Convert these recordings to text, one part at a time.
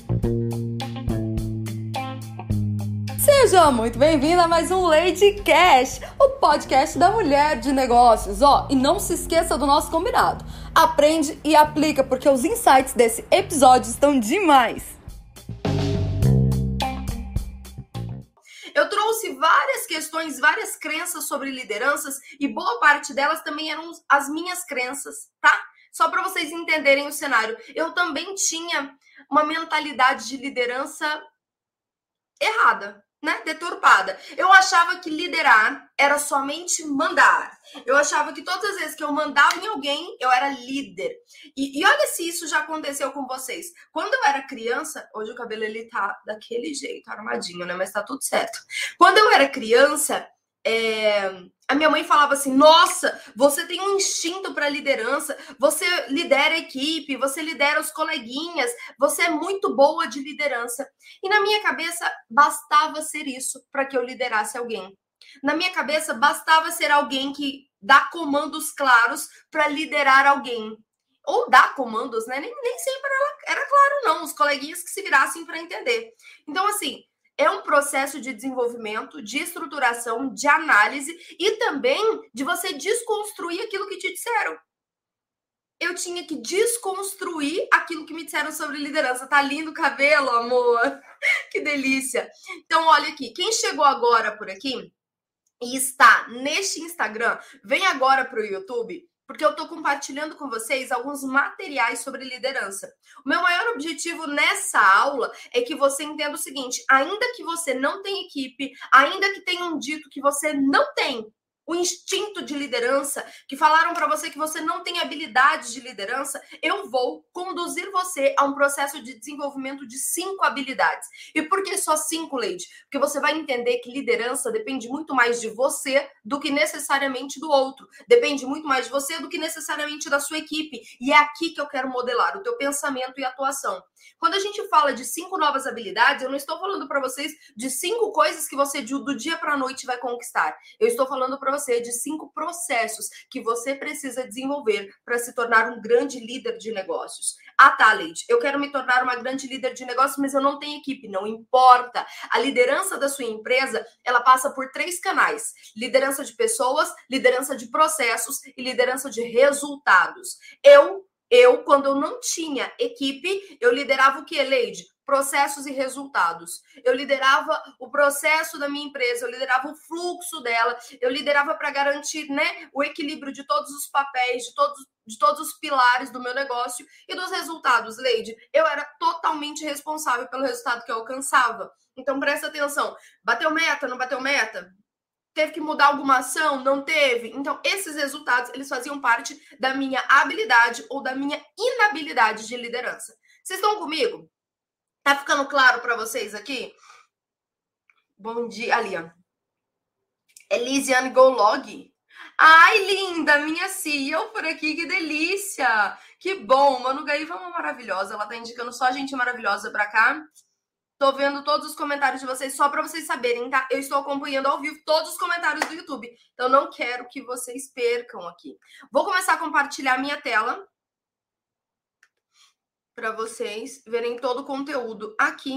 Seja muito bem-vindo a mais um LadyCast, o podcast da mulher de negócios. E não se esqueça do nosso combinado. Aprende e aplica, porque os insights desse episódio estão demais. Eu trouxe várias questões, várias crenças sobre lideranças e boa parte delas também eram as minhas crenças, tá? Só para vocês entenderem o cenário. Eu também tinha uma mentalidade de liderança errada, né? Deturpada. Eu achava que liderar era somente mandar. Eu achava que todas as vezes que eu mandava em alguém, eu era líder. E olha se isso já aconteceu com vocês. Quando eu era criança, hoje o cabelo ele tá daquele jeito, armadinho, né? Mas tá tudo certo. Quando eu era criança, a minha mãe falava assim: nossa, você tem um instinto para liderança, você lidera a equipe, você lidera os coleguinhas, você é muito boa de liderança. E na minha cabeça bastava ser isso para que eu liderasse alguém. Na minha cabeça bastava ser alguém que dá comandos claros para liderar alguém. Ou dá comandos, né? Nem sempre era claro, não. Os coleguinhas que se virassem para entender. Então, assim, é um processo de desenvolvimento, de estruturação, de análise e também de você desconstruir aquilo que te disseram. Eu tinha que desconstruir aquilo que me disseram sobre liderança. Tá lindo o cabelo, amor? Que delícia. Então, olha aqui. Quem chegou agora por aqui e está neste Instagram, vem agora para o YouTube, porque eu estou compartilhando com vocês alguns materiais sobre liderança. O meu maior objetivo nessa aula é que você entenda o seguinte: ainda que você não tenha equipe, ainda que tenham dito que você não tem o instinto de liderança, que falaram para você que você não tem habilidade de liderança, eu vou conduzir você a um processo de desenvolvimento de 5 habilidades. E por que só 5, Lady? Porque você vai entender que liderança depende muito mais de você do que necessariamente do outro. Depende muito mais de você do que necessariamente da sua equipe. E é aqui que eu quero modelar o teu pensamento e atuação. Quando a gente fala de 5 novas habilidades, eu não estou falando para vocês de 5 coisas que você do dia para a noite vai conquistar. Eu estou falando para você de 5 processos que você precisa desenvolver para se tornar um grande líder de negócios. Tá, Leide, eu quero me tornar uma grande líder de negócios, mas eu não tenho equipe. Não importa. A liderança da sua empresa, ela passa por 3 canais: liderança de pessoas, liderança de processos e liderança de resultados. Quando eu não tinha equipe, eu liderava o que, Leide? Processos e resultados. Eu liderava o processo da minha empresa, eu liderava o fluxo dela, eu liderava para garantir, né, o equilíbrio de todos os papéis, de todos os pilares do meu negócio e dos resultados, Leide. Eu era totalmente responsável pelo resultado que eu alcançava. Então, presta atenção. Bateu meta, não bateu meta? Teve que mudar alguma ação? Não teve? Então, esses resultados, eles faziam parte da minha habilidade ou da minha inabilidade de liderança. Vocês estão comigo? Tá ficando claro para vocês aqui? Bom dia. Ali, ó. Elisiane Golog. Ai, linda, minha CEO por aqui, que delícia. Que bom. Manu Gaíva é uma maravilhosa. Ela tá indicando só gente maravilhosa para cá. Tô vendo todos os comentários de vocês, só para vocês saberem, tá? Eu estou acompanhando ao vivo todos os comentários do YouTube. Então, não quero que vocês percam aqui. Vou começar a compartilhar minha tela para vocês verem todo o conteúdo aqui.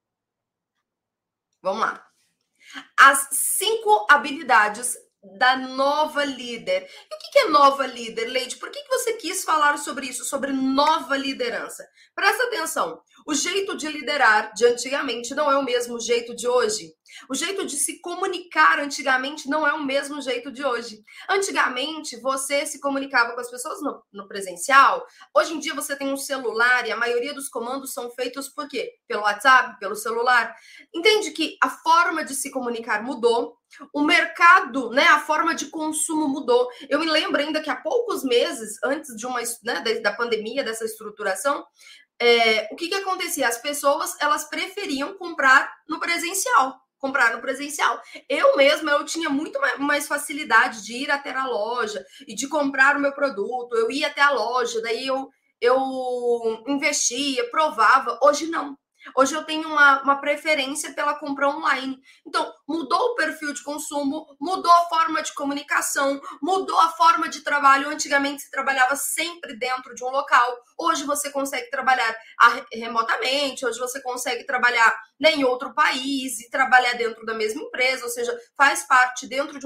Vamos lá. As 5 habilidades da nova líder. E o que é nova líder, Leide? Por que você quis falar sobre isso, sobre nova liderança? Presta atenção. O jeito de liderar de antigamente não é o mesmo jeito de hoje. O jeito de se comunicar antigamente não é o mesmo jeito de hoje. Antigamente, você se comunicava com as pessoas no presencial. Hoje em dia, você tem um celular e a maioria dos comandos são feitos por quê? Pelo WhatsApp, pelo celular. Entende que a forma de se comunicar mudou. O mercado, né, a forma de consumo mudou. Eu me lembro ainda que há poucos meses, antes de da pandemia, dessa estruturação, o que acontecia? As pessoas, elas preferiam comprar no presencial. Eu mesma, eu tinha muito mais facilidade de ir até a loja e de comprar o meu produto. Eu ia até a loja, daí eu investia, provava. Hoje não. Hoje eu tenho uma preferência pela compra online. Então, mudou o perfil de consumo, mudou a forma de comunicação, mudou a forma de trabalho. Antigamente se trabalhava sempre dentro de um local. Hoje você consegue trabalhar remotamente, hoje você consegue trabalhar, né, em outro país e trabalhar dentro da mesma empresa, ou seja, faz parte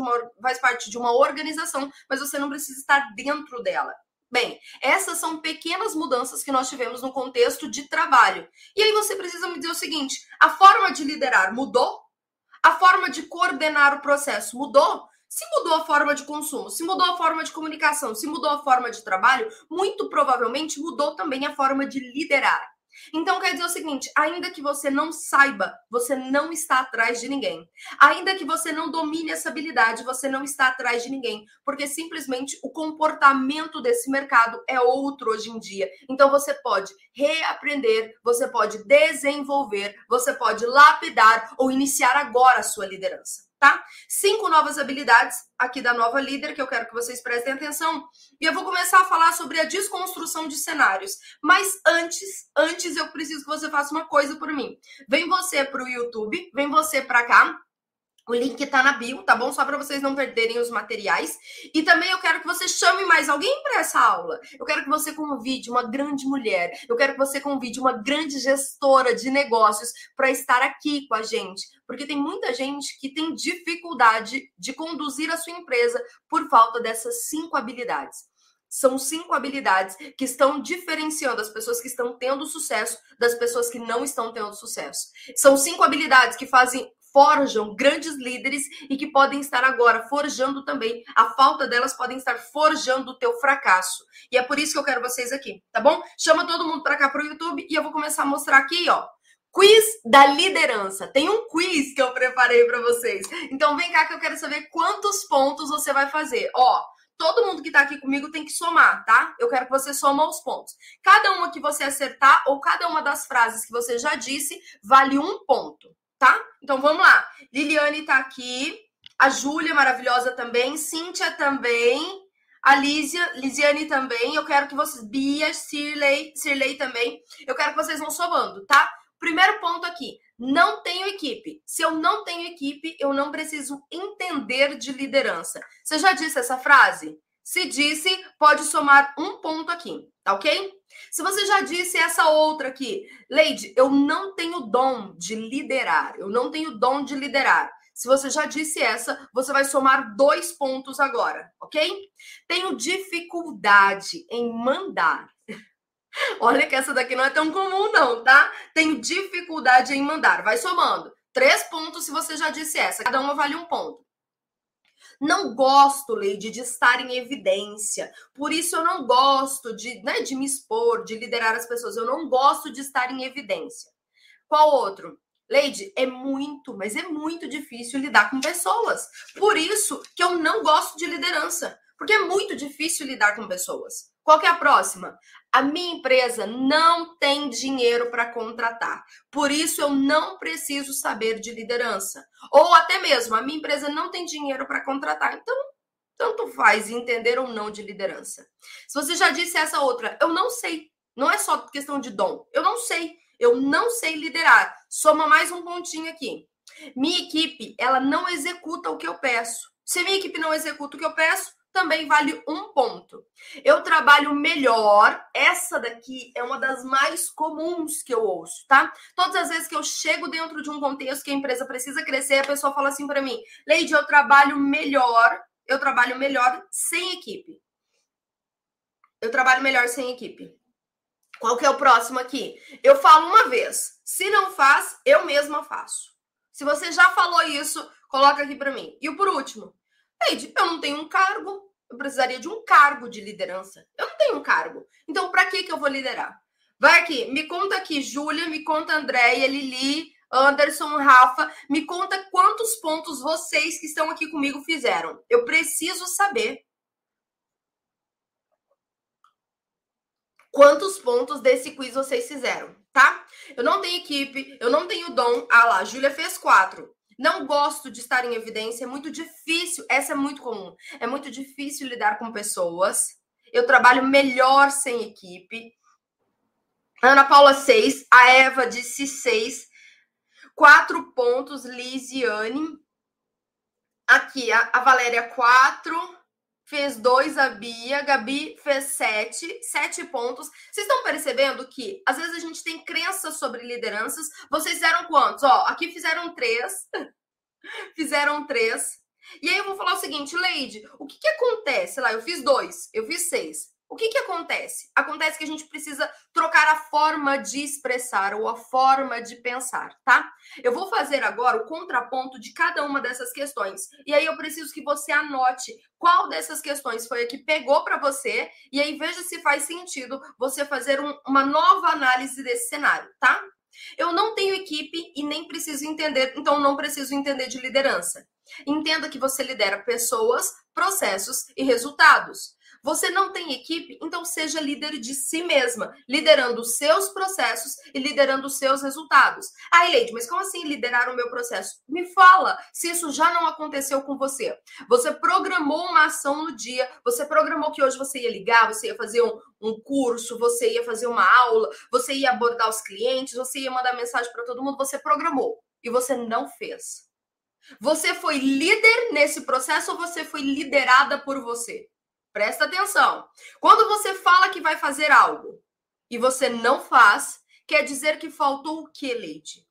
de uma organização, mas você não precisa estar dentro dela. Bem, essas são pequenas mudanças que nós tivemos no contexto de trabalho. E aí você precisa me dizer o seguinte: a forma de liderar mudou? A forma de coordenar o processo mudou? Se mudou a forma de consumo, se mudou a forma de comunicação, se mudou a forma de trabalho, muito provavelmente mudou também a forma de liderar. Então quer dizer o seguinte: ainda que você não saiba, você não está atrás de ninguém. Ainda que você não domine essa habilidade, você não está atrás de ninguém, porque simplesmente o comportamento desse mercado é outro hoje em dia. Então você pode reaprender, você pode desenvolver, você pode lapidar ou iniciar agora a sua liderança. Tá? 5 novas habilidades aqui da nova líder que eu quero que vocês prestem atenção. E eu vou começar a falar sobre a desconstrução de cenários. Mas antes eu preciso que você faça uma coisa por mim. Vem você para o YouTube, vem você para cá. O link tá na bio, tá bom? Só para vocês não perderem os materiais. E também eu quero que você chame mais alguém para essa aula. Eu quero que você convide uma grande mulher. Eu quero que você convide uma grande gestora de negócios para estar aqui com a gente. Porque tem muita gente que tem dificuldade de conduzir a sua empresa por falta dessas 5 habilidades. São 5 habilidades que estão diferenciando as pessoas que estão tendo sucesso das pessoas que não estão tendo sucesso. São 5 habilidades que forjam grandes líderes e que podem estar agora forjando também, a falta delas podem estar forjando o teu fracasso. E é por isso que eu quero vocês aqui, tá bom? Chama todo mundo para cá pro YouTube e eu vou começar a mostrar aqui, ó. Quiz da liderança. Tem um quiz que eu preparei para vocês. Então vem cá que eu quero saber quantos pontos você vai fazer. Ó, todo mundo que tá aqui comigo tem que somar, tá? Eu quero que você soma os pontos. Cada uma que você acertar ou cada uma das frases que você já disse vale 1 ponto. Tá? Então vamos lá. Liliane tá aqui, a Júlia maravilhosa também, Cíntia também, a Lisiane também. Eu quero que vocês, Bia, Cirlei também. Eu quero que vocês vão somando, tá? Primeiro ponto aqui, não tenho equipe. Se eu não tenho equipe, eu não preciso entender de liderança. Você já disse essa frase? Se disse, pode somar 1 ponto aqui, tá ok? Se você já disse essa outra aqui, Leide, eu não tenho dom de liderar. Eu não tenho dom de liderar. Se você já disse essa, você vai somar 2 pontos agora, ok? Tenho dificuldade em mandar. Olha que essa daqui não é tão comum não, tá? Tenho dificuldade em mandar. Vai somando. 3 pontos se você já disse essa. Cada uma vale 1 ponto. Não gosto, Leide, de estar em evidência. Por isso eu não gosto de me expor, de liderar as pessoas. Eu não gosto de estar em evidência. Qual outro? Leide, mas é muito difícil lidar com pessoas. Por isso que eu não gosto de liderança. Porque é muito difícil lidar com pessoas. Qual que é a próxima? A minha empresa não tem dinheiro para contratar. Por isso, eu não preciso saber de liderança. Ou até mesmo, a minha empresa não tem dinheiro para contratar. Então, tanto faz entender ou não de liderança. Se você já disse essa outra, eu não sei. Não é só questão de dom. Eu não sei. Eu não sei liderar. Soma mais um pontinho aqui. Minha equipe, ela não executa o que eu peço. Se minha equipe não executa o que eu peço, também vale 1 ponto. Eu trabalho melhor. Essa daqui é uma das mais comuns que eu ouço, tá? Todas as vezes que eu chego dentro de um contexto que a empresa precisa crescer, a pessoa fala assim para mim: Leide, eu trabalho melhor sem equipe. Eu trabalho melhor sem equipe. Qual que é o próximo aqui? Eu falo uma vez. Se não faz, eu mesma faço. Se você já falou isso, coloca aqui para mim. E o por último, Leide, eu não tenho um cargo. Eu precisaria de um cargo de liderança. Eu não tenho um cargo. Então, para que eu vou liderar? Vai aqui, me conta aqui, Júlia, me conta Andréia, Lili, Anderson, Rafa. Me conta quantos pontos vocês que estão aqui comigo fizeram. Eu preciso saber quantos pontos desse quiz vocês fizeram, tá? Eu não tenho equipe, eu não tenho dom. Ah lá, a Júlia fez 4. Não gosto de estar em evidência, é muito difícil. Essa é muito comum. É muito difícil lidar com pessoas. Eu trabalho melhor sem equipe. Ana Paula, 6. A Eva disse 6. 4 pontos, Lisiane. Aqui, a Valéria, 4. Fez 2 a Bia. Gabi fez 7. 7 pontos. Vocês estão percebendo que, às vezes, a gente tem crenças sobre lideranças. Vocês fizeram quantos? Ó, aqui fizeram 3. Fizeram 3. E aí eu vou falar o seguinte, Leide, o que acontece? Sei lá, eu fiz 2, eu fiz 6. O que acontece? Acontece que a gente precisa trocar a forma de expressar ou a forma de pensar, tá? Eu vou fazer agora o contraponto de cada uma dessas questões. E aí eu preciso que você anote qual dessas questões foi a que pegou para você e aí veja se faz sentido você fazer uma nova análise desse cenário, tá? Eu não tenho equipe e nem preciso entender, então não preciso entender de liderança. Entenda que você lidera pessoas, processos e resultados. Você não tem equipe, então seja líder de si mesma, liderando os seus processos e liderando os seus resultados. Ah, Leide, mas como assim liderar o meu processo? Me fala se isso já não aconteceu com você. Você programou uma ação no dia, você programou que hoje você ia ligar, você ia fazer um curso, você ia fazer uma aula, você ia abordar os clientes, você ia mandar mensagem para todo mundo, você programou e você não fez. Você foi líder nesse processo ou você foi liderada por você? Presta atenção. Quando você fala que vai fazer algo e você não faz, quer dizer que faltou o quê, Leide?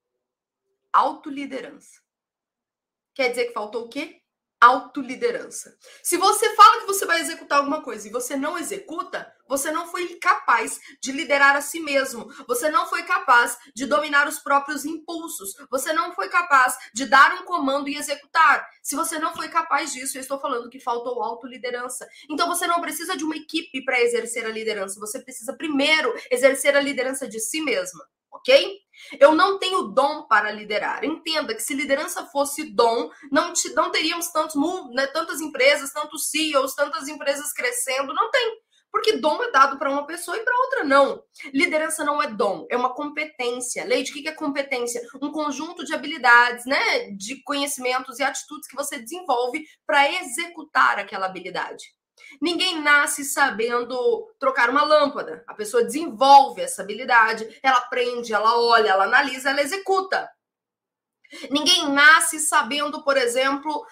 Autoliderança. Quer dizer que faltou o quê? Autoliderança. Se você fala que você vai executar alguma coisa e você não executa, você não foi capaz de liderar a si mesmo. Você não foi capaz de dominar os próprios impulsos. Você não foi capaz de dar um comando e executar. Se você não foi capaz disso, eu estou falando que faltou autoliderança. Então você não precisa de uma equipe para exercer a liderança. Você precisa primeiro exercer a liderança de si mesma. Ok? Eu não tenho dom para liderar. Entenda que se liderança fosse dom, não teríamos tantas empresas, tantos CEOs, tantas empresas crescendo. Não tem. Porque dom é dado para uma pessoa e para outra não. Liderança não é dom, é uma competência. Leide, o que é competência? Um conjunto de habilidades, né? De conhecimentos e atitudes que você desenvolve para executar aquela habilidade. Ninguém nasce sabendo trocar uma lâmpada. A pessoa desenvolve essa habilidade, ela aprende, ela olha, ela analisa, ela executa. Ninguém nasce sabendo, por exemplo,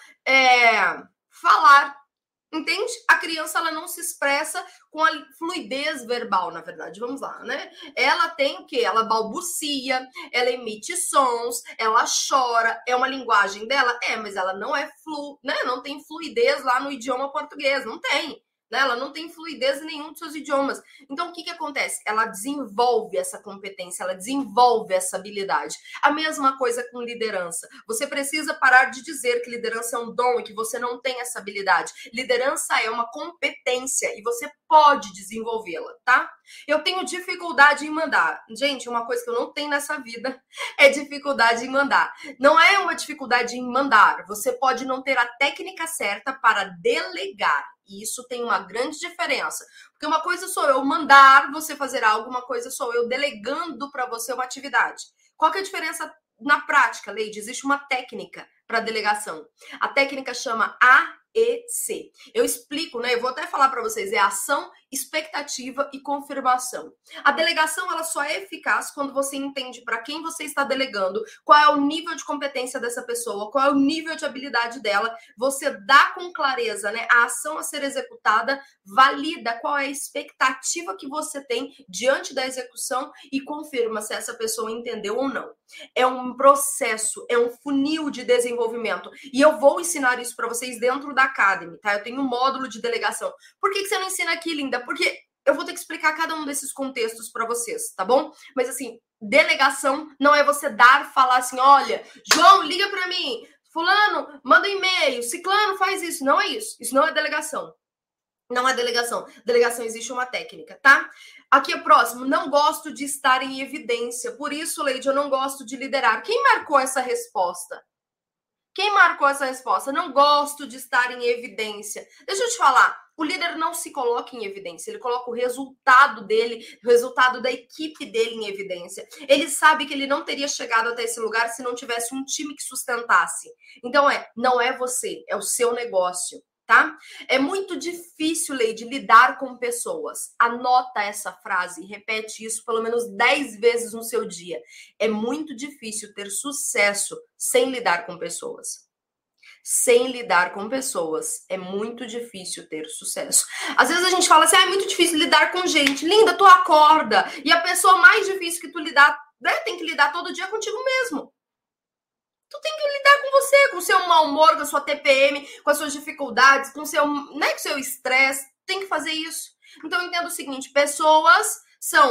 falar. Entende? A criança ela não se expressa com a fluidez verbal, na verdade. Vamos lá, né? Ela tem o quê? Ela balbucia, ela emite sons, ela chora. É uma linguagem dela? É, mas ela não é né? Não tem fluidez lá no idioma português. Não tem. Né? Ela não tem fluidez em nenhum dos seus idiomas. Então, o que acontece? Ela desenvolve essa competência, ela desenvolve essa habilidade. A mesma coisa com liderança. Você precisa parar de dizer que liderança é um dom e que você não tem essa habilidade. Liderança é uma competência e você pode desenvolvê-la, tá? Eu tenho dificuldade em mandar. Gente, uma coisa que eu não tenho nessa vida é dificuldade em mandar. Não é uma dificuldade em mandar. Você pode não ter a técnica certa para delegar. E isso tem uma grande diferença. Porque uma coisa sou eu mandar você fazer algo, uma coisa sou eu delegando para você uma atividade. Qual que é a diferença na prática, Leide? Existe uma técnica para delegação. A técnica chama AEC. Eu explico, né? Eu vou até falar para vocês, é ação, expectativa e confirmação. A delegação ela só é eficaz quando você entende para quem você está delegando, qual é o nível de competência dessa pessoa, qual é o nível de habilidade dela. Você dá com clareza, né, a ação a ser executada, valida qual é a expectativa que você tem diante da execução e confirma se essa pessoa entendeu ou não. É um processo, é um funil de desenvolvimento. E eu vou ensinar isso para vocês dentro da Academy, tá? Eu tenho um módulo de delegação. Por que você não ensina aqui, linda? Porque eu vou ter que explicar cada um desses contextos para vocês, tá bom? Mas assim, delegação não é você falar assim, olha, João, liga para mim, fulano, manda um e-mail, ciclano, faz isso. Não é isso. Isso não é delegação. Não é delegação. Delegação existe uma técnica, tá? Aqui é próximo. Não gosto de estar em evidência. Por isso, Leide, eu não gosto de liderar. Quem marcou essa resposta? Quem marcou essa resposta? Não gosto de estar em evidência. Deixa eu te falar. O líder não se coloca em evidência. Ele coloca o resultado dele, o resultado da equipe dele em evidência. Ele sabe que ele não teria chegado até esse lugar se não tivesse um time que sustentasse. Então, não é você, é o seu negócio. tá? É muito difícil, Leide, lidar com pessoas. Anota essa frase, repete isso pelo menos 10 vezes no seu dia. É muito difícil ter sucesso sem lidar com pessoas. Sem lidar com pessoas, é muito difícil ter sucesso. Às vezes a gente fala assim, é muito difícil lidar com gente. Linda, tu acorda. E a pessoa mais difícil que tu lidar, né, tem que lidar todo dia contigo mesmo. Tu tem que lidar com você, com o seu mau humor, com a sua TPM, com as suas dificuldades, com o seu, né, com o seu estresse. Tem que fazer isso. Então, eu entendo o seguinte, pessoas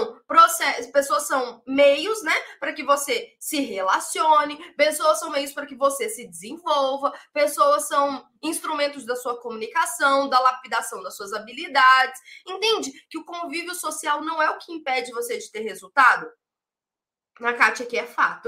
são meios, né, para que você se relacione, pessoas são meios para que você se desenvolva, pessoas são instrumentos da sua comunicação, da lapidação das suas habilidades. Entende que o convívio social não é o que impede você de ter resultado? Na Kátia aqui é fato.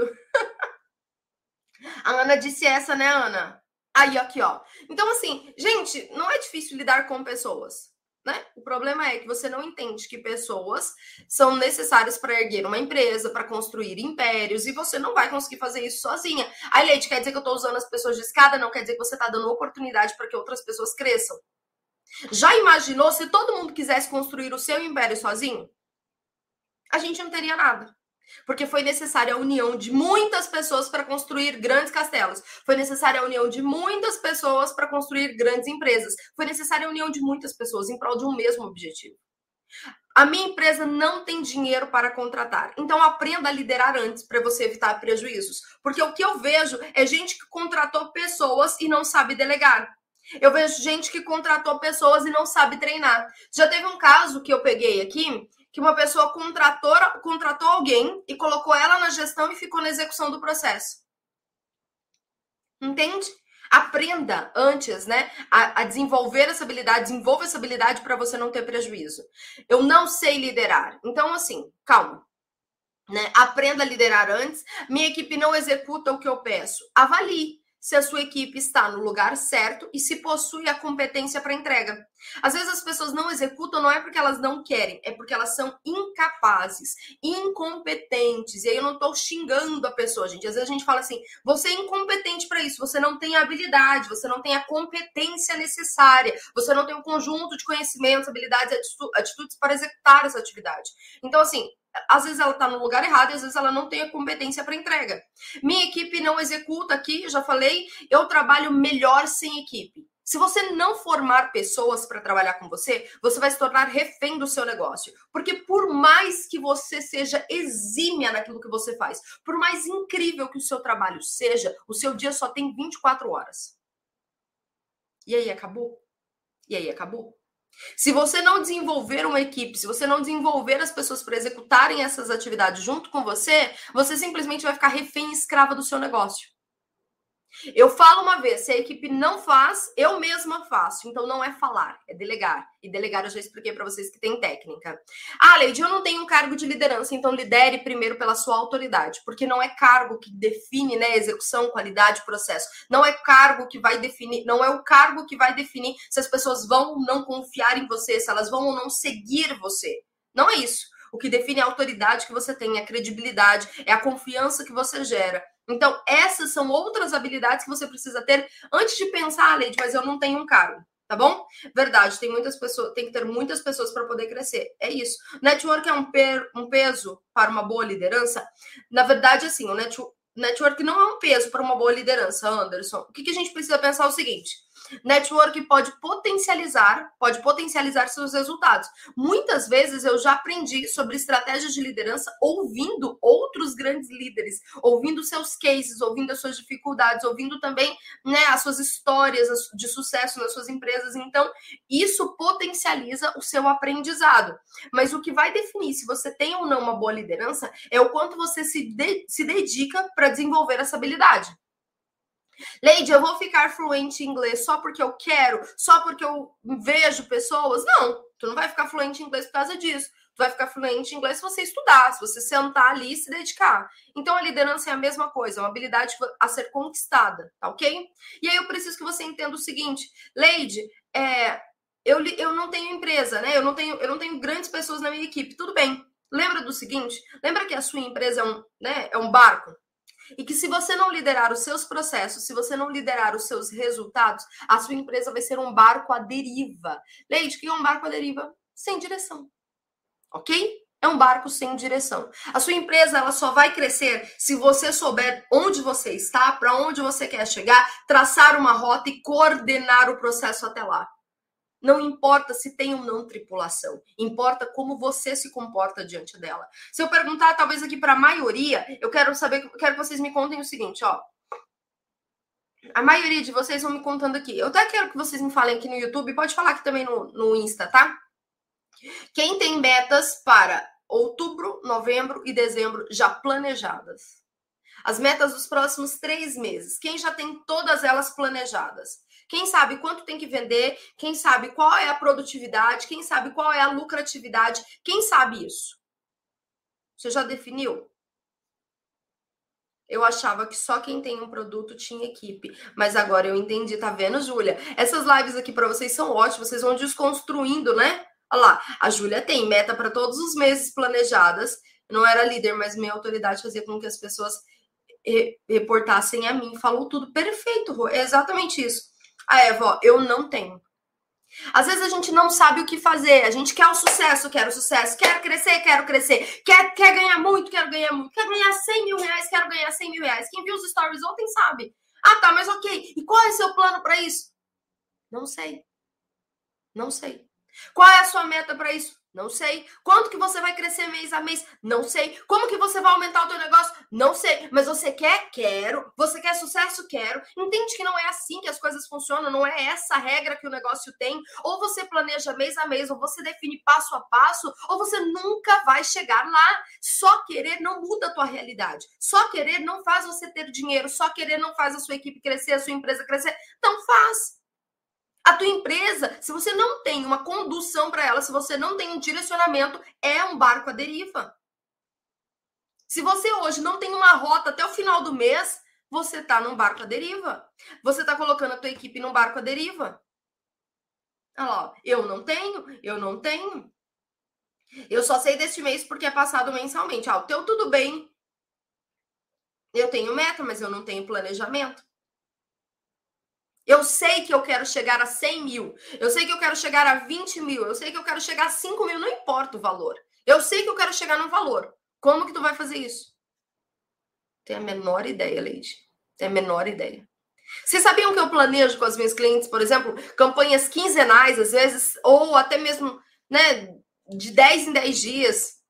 A Ana disse essa, né, Ana? Aí, aqui, ó. Então, assim, gente, não é difícil lidar com pessoas, né? O problema é que você não entende que pessoas são necessárias para erguer uma empresa, para construir impérios, e você não vai conseguir fazer isso sozinha. Aí, Leite, quer dizer que eu tô usando as pessoas de escada? Não, quer dizer que você tá dando oportunidade para que outras pessoas cresçam. Já imaginou se todo mundo quisesse construir o seu império sozinho? A gente não teria nada. Porque foi necessária a união de muitas pessoas para construir grandes castelos. Foi necessária a união de muitas pessoas para construir grandes empresas. Foi necessária a união de muitas pessoas em prol de um mesmo objetivo. A minha empresa não tem dinheiro para contratar. Então, aprenda a liderar antes para você evitar prejuízos. Porque o que eu vejo é gente que contratou pessoas e não sabe delegar. Eu vejo gente que contratou pessoas e não sabe treinar. Já teve um caso que eu peguei aqui, que uma pessoa contratou alguém e colocou ela na gestão e ficou na execução do processo. Entende? Aprenda antes, né, a desenvolver essa habilidade, desenvolva essa habilidade para você não ter prejuízo. Eu não sei liderar. Então, assim, calma. Né? Aprenda a liderar antes. Minha equipe não executa o que eu peço. Avalie se a sua equipe está no lugar certo e se possui a competência para entrega. Às vezes as pessoas não executam, não é porque elas não querem, é porque elas são incapazes, incompetentes. E aí eu não estou xingando a pessoa, gente. Às vezes a gente fala assim, você é incompetente para isso, você não tem a habilidade, você não tem a competência necessária, você não tem um conjunto de conhecimentos, habilidades, atitudes para executar essa atividade. Então, assim, às vezes ela está no lugar errado e às vezes ela não tem a competência para entrega. Minha equipe não executa aqui, já falei, eu trabalho melhor sem equipe. Se você não formar pessoas para trabalhar com você, você vai se tornar refém do seu negócio. Porque por mais que você seja exímia naquilo que você faz, por mais incrível que o seu trabalho seja, o seu dia só tem 24 horas. E aí acabou? E aí acabou? Se você não desenvolver uma equipe, se você não desenvolver as pessoas para executarem essas atividades junto com você, você simplesmente vai ficar refém e escrava do seu negócio. Eu falo uma vez, se a equipe não faz, eu mesma faço. Então não é falar, é delegar. E delegar eu já expliquei para vocês que tem técnica. Ah, Leide, eu não tenho um cargo de liderança, então lidere primeiro pela sua autoridade, porque não é cargo que define, né, execução, qualidade, processo. Não é cargo que vai definir, não é o cargo que vai definir se as pessoas vão ou não confiar em você, se elas vão ou não seguir você. Não é isso. O que define é a autoridade que você tem, a credibilidade, é a confiança que você gera. Então, essas são outras habilidades que você precisa ter antes de pensar, Leide, mas eu não tenho um cargo, tá bom? Verdade, tem muitas pessoas, tem que ter muitas pessoas para poder crescer. É isso. Network é um peso para uma boa liderança? Na verdade, assim, o network não é um peso para uma boa liderança, Anderson. O que a gente precisa pensar é o seguinte: network pode potencializar seus resultados. Muitas vezes eu já aprendi sobre estratégias de liderança ouvindo outros grandes líderes, ouvindo seus cases, ouvindo as suas dificuldades, ouvindo também, né, as suas histórias de sucesso nas suas empresas. Então, isso potencializa o seu aprendizado. Mas o que vai definir se você tem ou não uma boa liderança é o quanto você se dedica para desenvolver essa habilidade. Leide, eu vou ficar fluente em inglês só porque eu quero? Só porque eu vejo pessoas? Não, tu não vai ficar fluente em inglês por causa disso. Tu vai ficar fluente em inglês se você estudar, se você sentar ali e se dedicar. Então, a liderança é a mesma coisa, é uma habilidade a ser conquistada, tá ok? E aí eu preciso que você entenda o seguinte, Leide, eu não tenho empresa, né? Eu não tenho grandes pessoas na minha equipe. Tudo bem. Lembra do seguinte? Lembra que a sua empresa é um barco? E que se você não liderar os seus processos, se você não liderar os seus resultados, a sua empresa vai ser um barco à deriva. Leide, o que é um barco à deriva? Sem direção. Ok? É um barco sem direção. A sua empresa ela só vai crescer se você souber onde você está, para onde você quer chegar, traçar uma rota e coordenar o processo até lá. Não importa se tem ou não tripulação, importa como você se comporta diante dela. Se eu perguntar, talvez aqui para a maioria, eu quero que vocês me contem o seguinte, ó. A maioria de vocês vão me contando aqui. Eu até quero que vocês me falem aqui no YouTube, pode falar aqui também no Insta, tá? Quem tem metas para outubro, novembro e dezembro já planejadas? As metas dos próximos 3 meses. Quem já tem todas elas planejadas? Quem sabe quanto tem que vender? Quem sabe qual é a produtividade? Quem sabe qual é a lucratividade? Quem sabe isso? Você já definiu? Eu achava que só quem tem um produto tinha equipe, mas agora eu entendi, tá vendo, Júlia? Essas lives aqui para vocês são ótimas, vocês vão desconstruindo, né? Olha lá, a Júlia tem meta para todos os meses planejadas. Não era líder, mas minha autoridade fazia com que as pessoas reportassem a mim. Falou tudo perfeito, Rô. É exatamente isso. A Eva, ó, eu não tenho. Às vezes a gente não sabe o que fazer. A gente quer o sucesso, quero sucesso. Quero crescer, quero crescer. Quer ganhar muito, quero ganhar muito. Quer ganhar 100 mil reais, quero ganhar 100 mil reais. Quem viu os stories ontem sabe. Ah, tá, mas ok. E qual é o seu plano para isso? Não sei. Não sei. Qual é a sua meta para isso? Não sei. Quanto que você vai crescer mês a mês? Não sei. Como que você vai aumentar o teu negócio? Não sei. Mas você quer? Quero. Você quer sucesso? Quero. Entende que não é assim que as coisas funcionam, não é essa regra que o negócio tem. Ou você planeja mês a mês, ou você define passo a passo, ou você nunca vai chegar lá. Só querer não muda a tua realidade. Só querer não faz você ter dinheiro. Só querer não faz a sua equipe crescer, a sua empresa crescer. Então faz. A tua empresa, se você não tem uma condução para ela, se você não tem um direcionamento, é um barco à deriva. Se você hoje não tem uma rota até o final do mês, você está num barco à deriva. Você está colocando a tua equipe num barco à deriva. Olha lá, ó, eu não tenho. Eu só sei deste mês porque é passado mensalmente. Ah, o teu tudo bem. Eu tenho meta, mas eu não tenho planejamento. Eu sei que eu quero chegar a 100 mil. Eu sei que eu quero chegar a 20 mil. Eu sei que eu quero chegar a 5 mil. Não importa o valor. Eu sei que eu quero chegar no valor. Como que tu vai fazer isso? Tem a menor ideia, Leide. Tem a menor ideia. Vocês sabiam que eu planejo com as minhas clientes, por exemplo, campanhas quinzenais, às vezes, ou até mesmo, né, de 10 em 10 dias,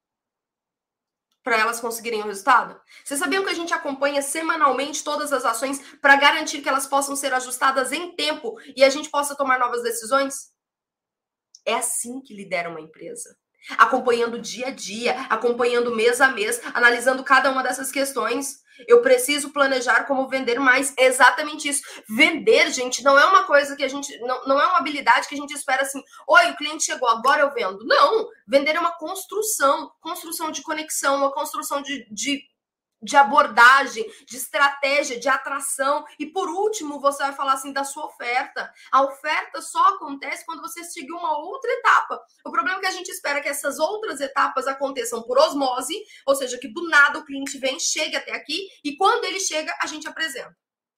para elas conseguirem o resultado? Vocês sabiam que a gente acompanha semanalmente todas as ações para garantir que elas possam ser ajustadas em tempo e a gente possa tomar novas decisões? É assim que lidera uma empresa. Acompanhando dia a dia, acompanhando mês a mês, analisando cada uma dessas questões. Eu preciso planejar como vender mais. É exatamente isso. Vender, gente, não é uma coisa que a gente... Não é uma habilidade que a gente espera assim, oi, o cliente chegou, agora eu vendo. Não, vender é uma construção. Construção de conexão, uma construção de abordagem, de estratégia, de atração. E por último, você vai falar assim da sua oferta. A oferta só acontece quando você seguir uma outra etapa. O problema é que a gente espera que essas outras etapas aconteçam por osmose, ou seja, que do nada o cliente vem, chega até aqui, e quando ele chega, a gente apresenta.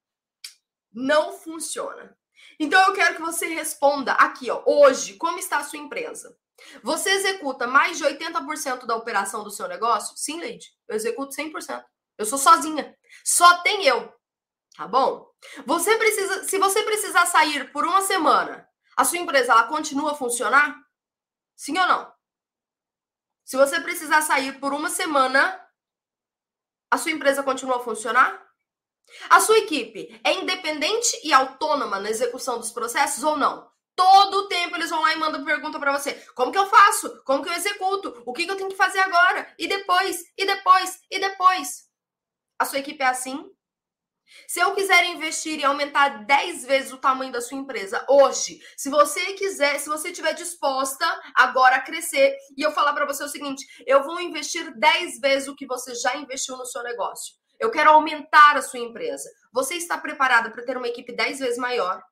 Não funciona. Então eu quero que você responda aqui, ó, hoje, como está a sua empresa? Você executa mais de 80% da operação do seu negócio? Sim, Leide, eu executo 100%. Eu sou sozinha. Só tem eu. Tá bom? Se você precisar sair por uma semana, a sua empresa ela continua a funcionar? Sim ou não? Se você precisar sair por uma semana, a sua empresa continua a funcionar? A sua equipe é independente e autônoma na execução dos processos ou não? Todo o tempo eles vão lá e mandam pergunta para você. Como que eu faço? Como que eu executo? O que eu tenho que fazer agora? E depois? E depois? E depois? A sua equipe é assim? Se eu quiser investir e aumentar 10 vezes o tamanho da sua empresa hoje, se você quiser, se você estiver disposta agora a crescer e eu falar para você o seguinte, eu vou investir 10 vezes o que você já investiu no seu negócio. Eu quero aumentar a sua empresa. Você está preparada para ter uma equipe 10 vezes maior?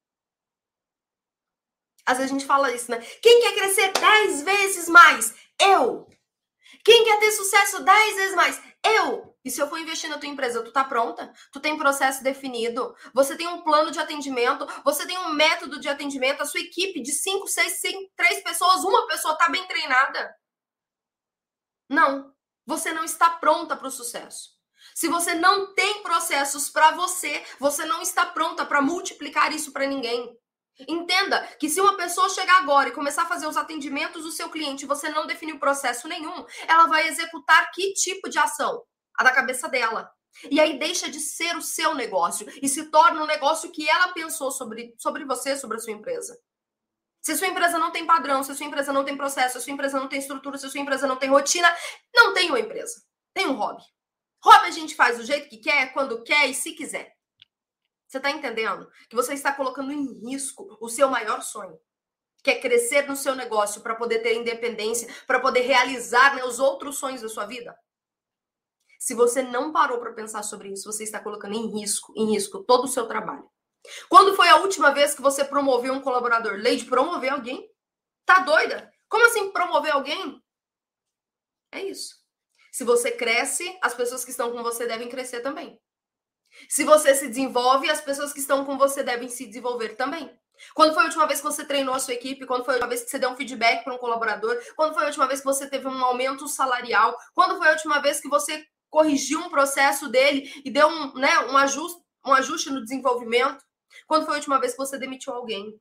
Às vezes a gente fala isso, né? Quem quer crescer 10 vezes mais? Eu! Quem quer ter sucesso 10 vezes mais? Eu! E se eu for investir na tua empresa, tu tá pronta? Tu tem processo definido? Você tem um plano de atendimento? Você tem um método de atendimento? A sua equipe de 5, 6, 3 pessoas, uma pessoa tá bem treinada? Não. Você não está pronta para o sucesso. Se você não tem processos para você, você não está pronta para multiplicar isso para ninguém. Entenda que se uma pessoa chegar agora e começar a fazer os atendimentos do seu cliente e você não definiu processo nenhum, ela vai executar que tipo de ação? A da cabeça dela. E aí deixa de ser o seu negócio e se torna um negócio que ela pensou sobre você, sobre a sua empresa. Se a sua empresa não tem padrão, se a sua empresa não tem processo, se a sua empresa não tem estrutura, se a sua empresa não tem rotina, não tem uma empresa. Tem um hobby. Hobby a gente faz do jeito que quer, quando quer e se quiser. Você está entendendo? Que você está colocando em risco o seu maior sonho. Que é crescer no seu negócio para poder ter independência, para poder realizar, né, os outros sonhos da sua vida. Se você não parou para pensar sobre isso, você está colocando em risco todo o seu trabalho. Quando foi a última vez que você promoveu um colaborador? Leide, promover alguém? Tá doida? Como assim promover alguém? É isso. Se você cresce, as pessoas que estão com você devem crescer também. Se você se desenvolve, as pessoas que estão com você devem se desenvolver também. Quando foi a última vez que você treinou a sua equipe? Quando foi a última vez que você deu um feedback para um colaborador? Quando foi a última vez que você teve um aumento salarial? Quando foi a última vez que você corrigiu um processo dele e deu um ajuste no desenvolvimento? Quando foi a última vez que você demitiu alguém?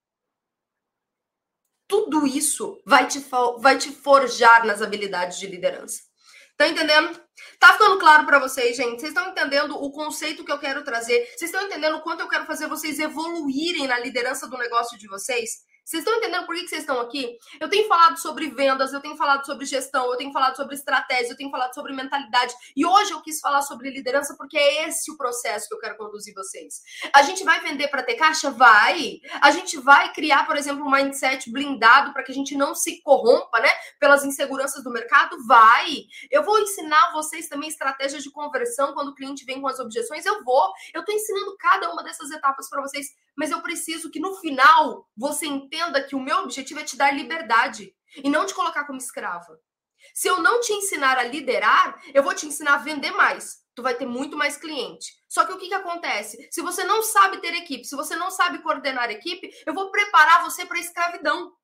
Tudo isso vai te forjar nas habilidades de liderança. Tá entendendo? Tá ficando claro para vocês, gente? Vocês estão entendendo o conceito que eu quero trazer? Vocês estão entendendo o quanto eu quero fazer vocês evoluírem na liderança do negócio de vocês? Vocês estão entendendo por que vocês estão aqui? Eu tenho falado sobre vendas, eu tenho falado sobre gestão, eu tenho falado sobre estratégia, eu tenho falado sobre mentalidade. E hoje eu quis falar sobre liderança porque é esse o processo que eu quero conduzir vocês. A gente vai vender para ter caixa? Vai. A gente vai criar, por exemplo, um mindset blindado para que a gente não se corrompa, né? Pelas inseguranças do mercado? Vai. Eu vou ensinar vocês também estratégias de conversão quando o cliente vem com as objeções? Eu vou. Eu estou ensinando cada uma dessas etapas para vocês. Mas eu preciso que no final você entenda que o meu objetivo é te dar liberdade e não te colocar como escrava. Se eu não te ensinar a liderar, eu vou te ensinar a vender mais. Tu vai ter muito mais cliente. Só que o que acontece? Se você não sabe ter equipe, se você não sabe coordenar equipe, eu vou preparar você para a escravidão.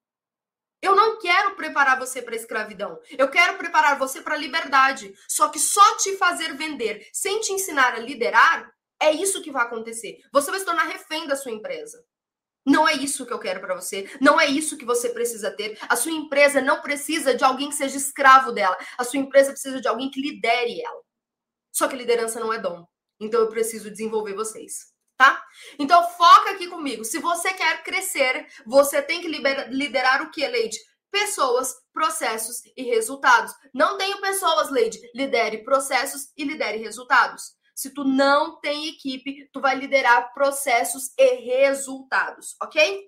Eu não quero preparar você para a escravidão. Eu quero preparar você para a liberdade. Só que só te fazer vender sem te ensinar a liderar, é isso que vai acontecer. Você vai se tornar refém da sua empresa. Não é isso que eu quero para você. Não é isso que você precisa ter. A sua empresa não precisa de alguém que seja escravo dela. A sua empresa precisa de alguém que lidere ela. Só que liderança não é dom. Então eu preciso desenvolver vocês, tá? Então foca aqui comigo. Se você quer crescer, você tem que liderar o que, Leide? Pessoas, processos e resultados. Não tenho pessoas, Leide. Lidere processos e lidere resultados. Se tu não tem equipe, tu vai liderar processos e resultados, ok?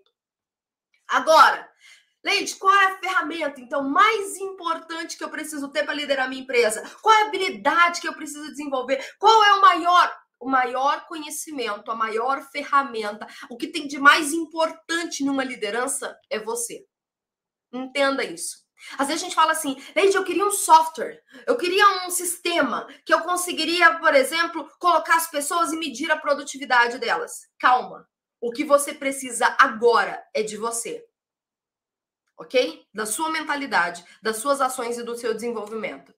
Agora, Leide, qual é a ferramenta, então, mais importante que eu preciso ter para liderar minha empresa? Qual é a habilidade que eu preciso desenvolver? Qual é o maior conhecimento, a maior ferramenta? O que tem de mais importante numa liderança é você. Entenda isso. Às vezes a gente fala assim, Leide, eu queria um software, eu queria um sistema que eu conseguiria, por exemplo, colocar as pessoas e medir a produtividade delas. Calma. O que você precisa agora é de você. Ok? Da sua mentalidade, das suas ações e do seu desenvolvimento.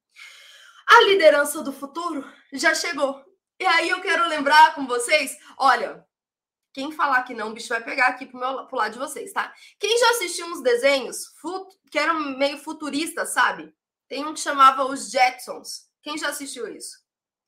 A liderança do futuro já chegou. E aí eu quero lembrar com vocês, olha, quem falar que não, o bicho vai pegar aqui pro lado de vocês, tá? Quem já assistiu uns desenhos que eram meio futuristas, sabe? Tem um que chamava Os Jetsons. Quem já assistiu isso?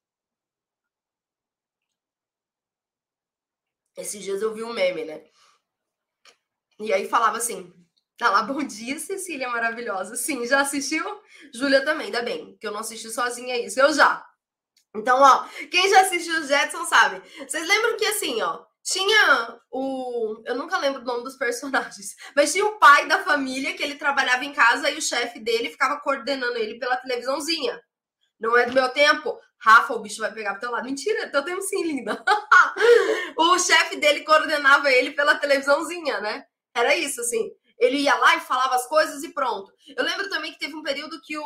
Esses dias eu vi um meme, né? E aí falava assim, tá lá, bom dia, Cecília maravilhosa. Sim, já assistiu? Júlia também, ainda bem, que eu não assisti sozinha isso. Eu já. Então, ó, quem já assistiu Os Jetsons sabe. Vocês lembram que assim, ó, tinha eu nunca lembro o nome dos personagens, mas tinha o pai da família que ele trabalhava em casa e o chefe dele ficava coordenando ele pela televisãozinha. Não é do meu tempo? Rafa, o bicho vai pegar pro teu lado. Mentira, teu tempo sim, linda. O chefe dele coordenava ele pela televisãozinha, né? Era isso, assim. Ele ia lá e falava as coisas e pronto. Eu lembro também que teve um período que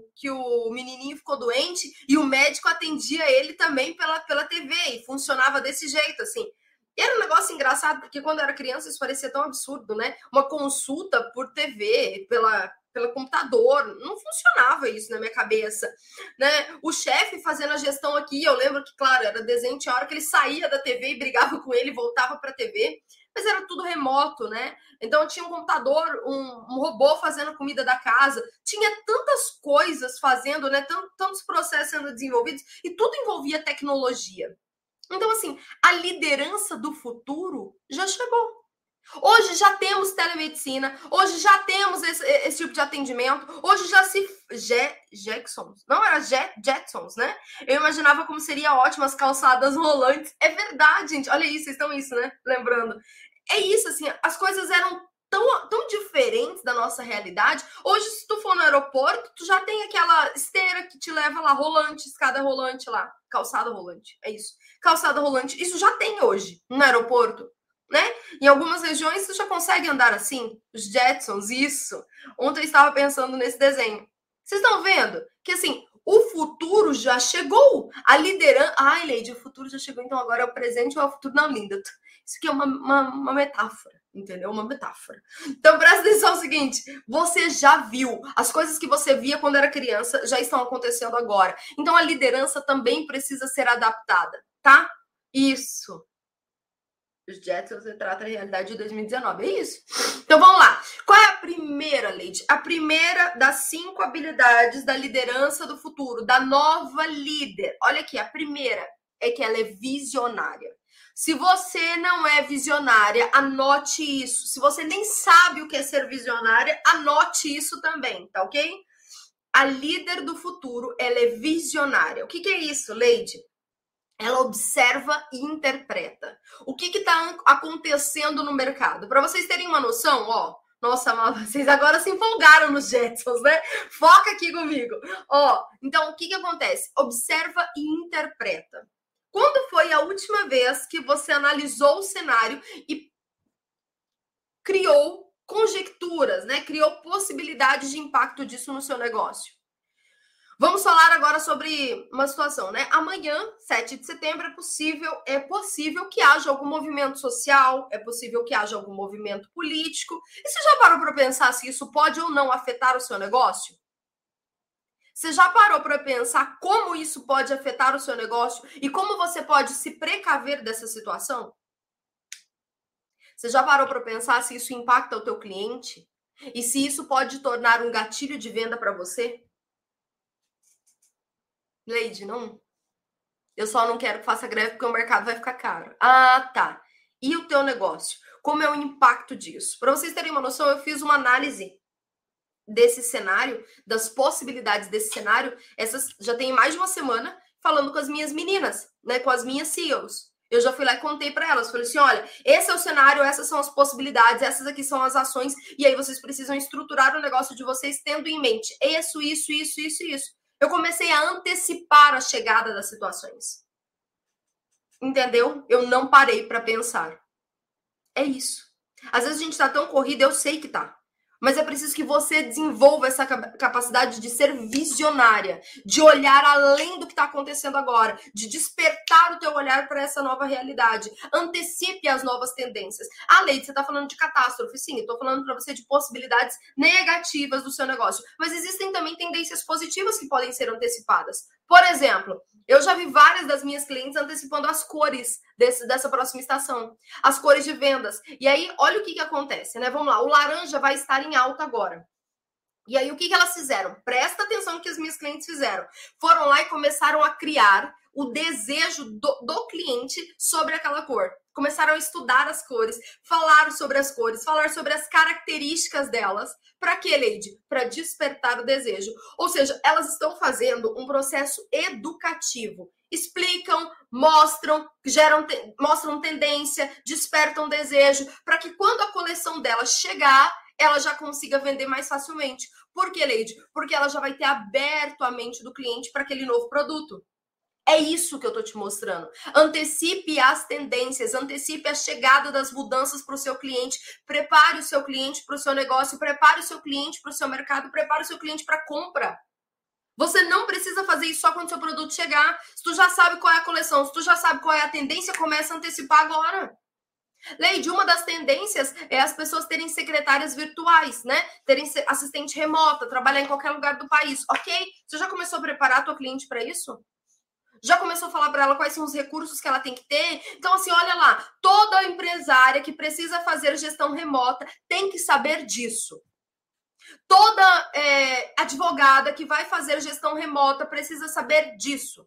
o menininho ficou doente e o médico atendia ele também pela TV e funcionava desse jeito, assim. E era um negócio engraçado, porque quando eu era criança isso parecia tão absurdo, né? Uma consulta por TV, pelo computador, não funcionava isso na minha cabeça, né? O chefe fazendo a gestão aqui, eu lembro que, claro, era desenho, tinha hora que ele saía da TV e brigava com ele, voltava para a TV, mas era tudo remoto, né? Então tinha um computador, um robô fazendo a comida da casa, tinha tantas coisas fazendo, né? Tantos processos sendo desenvolvidos, e tudo envolvia tecnologia. Então, assim, a liderança do futuro já chegou. Hoje já temos telemedicina, hoje já temos esse tipo de atendimento, hoje já se... Jetsons, não era Jetsons, né? Eu imaginava como seria ótimas calçadas rolantes. É verdade, gente, olha isso, vocês estão isso, né? Lembrando. É isso, assim, as coisas eram tão diferentes da nossa realidade. Hoje, se tu for no aeroporto, tu já tem aquela esteira que te leva lá, rolante, escada rolante lá, calçada rolante, é isso. Calçada rolante, isso já tem hoje no aeroporto, né? Em algumas regiões você já consegue andar assim, os Jetsons, isso. Ontem eu estava pensando nesse desenho. Vocês estão vendo que, assim, o futuro já chegou. A liderança... Ai, Leide, o futuro já chegou, então agora é o presente ou é o futuro? Não, linda. Isso aqui é uma metáfora, entendeu? Uma metáfora. Então, presta atenção no seguinte. Você já viu. As coisas que você via quando era criança já estão acontecendo agora. Então, a liderança também precisa ser adaptada, tá? Isso. Os Jetsons retratam a realidade de 2019. É isso. Então, vamos lá. Qual é a primeira, Leide? A primeira das 5 habilidades da liderança do futuro, da nova líder. Olha aqui, a primeira é que ela é visionária. Se você não é visionária, anote isso. Se você nem sabe o que é ser visionária, anote isso também, tá ok? A líder do futuro, ela é visionária. O que é isso, Leide? Ela observa e interpreta. O que está acontecendo no mercado? Para vocês terem uma noção, ó. Nossa, vocês agora se empolgaram nos Jetsons, né? Foca aqui comigo. Ó, então, o que acontece? Observa e interpreta. Quando foi a última vez que você analisou o cenário e criou conjecturas, né? Criou possibilidades de impacto disso no seu negócio? Vamos falar agora sobre uma situação, né? Amanhã, 7 de setembro, é possível que haja algum movimento social, é possível que haja algum movimento político. E você já parou para pensar se isso pode ou não afetar o seu negócio? Você já parou para pensar como isso pode afetar o seu negócio e como você pode se precaver dessa situação? Você já parou para pensar se isso impacta o teu cliente? E se isso pode tornar um gatilho de venda para você? Leide, não? Eu só não quero que faça greve porque o mercado vai ficar caro. Ah, tá. E o teu negócio? Como é o impacto disso? Para vocês terem uma noção, eu fiz uma análise desse cenário, das possibilidades desse cenário. Essas já tem mais de uma semana falando com as minhas meninas, né? Com as minhas CEOs. Eu já fui lá e contei para elas. Falei assim, olha, esse é o cenário, essas são as possibilidades, essas aqui são as ações. E aí vocês precisam estruturar o negócio de vocês tendo em mente isso. Eu comecei a antecipar a chegada das situações. Entendeu? Eu não parei para pensar. É isso. Às vezes a gente tá tão corrido, eu sei que tá. Mas é preciso que você desenvolva essa capacidade de ser visionária, de olhar além do que está acontecendo agora, de despertar o teu olhar para essa nova realidade. Antecipe as novas tendências. Ah, Leide, você está falando de catástrofe. Sim, estou falando para você de possibilidades negativas do seu negócio. Mas existem também tendências positivas que podem ser antecipadas. Por exemplo, eu já vi várias das minhas clientes antecipando as cores dessa próxima estação, as cores de vendas. E aí, olha o que acontece, né? Vamos lá, o laranja vai estar em alta agora. E aí, o que elas fizeram? Presta atenção no que as minhas clientes fizeram. Foram lá e começaram a criar o desejo do cliente sobre aquela cor. Começaram a estudar as cores, falar sobre as cores, falar sobre as características delas. Para quê, Leide? Para despertar o desejo. Ou seja, elas estão fazendo um processo educativo. Explicam, mostram tendência, despertam desejo, para que quando a coleção delas chegar, ela já consiga vender mais facilmente. Por quê, Leide? Porque ela já vai ter aberto a mente do cliente para aquele novo produto. É isso que eu tô te mostrando. Antecipe as tendências, antecipe a chegada das mudanças para o seu cliente. Prepare o seu cliente para o seu negócio, prepare o seu cliente para o seu mercado, prepare o seu cliente para compra. Você não precisa fazer isso só quando o seu produto chegar. Se tu já sabe qual é a coleção, se tu já sabe qual é a tendência, começa a antecipar agora. Leide, uma das tendências é as pessoas terem secretárias virtuais, né? Terem assistente remota, trabalhar em qualquer lugar do país. Ok? Você já começou a preparar a tua cliente para isso? Já começou a falar para ela quais são os recursos que ela tem que ter? Então, assim, olha lá, toda empresária que precisa fazer gestão remota tem que saber disso. Toda advogada que vai fazer gestão remota precisa saber disso.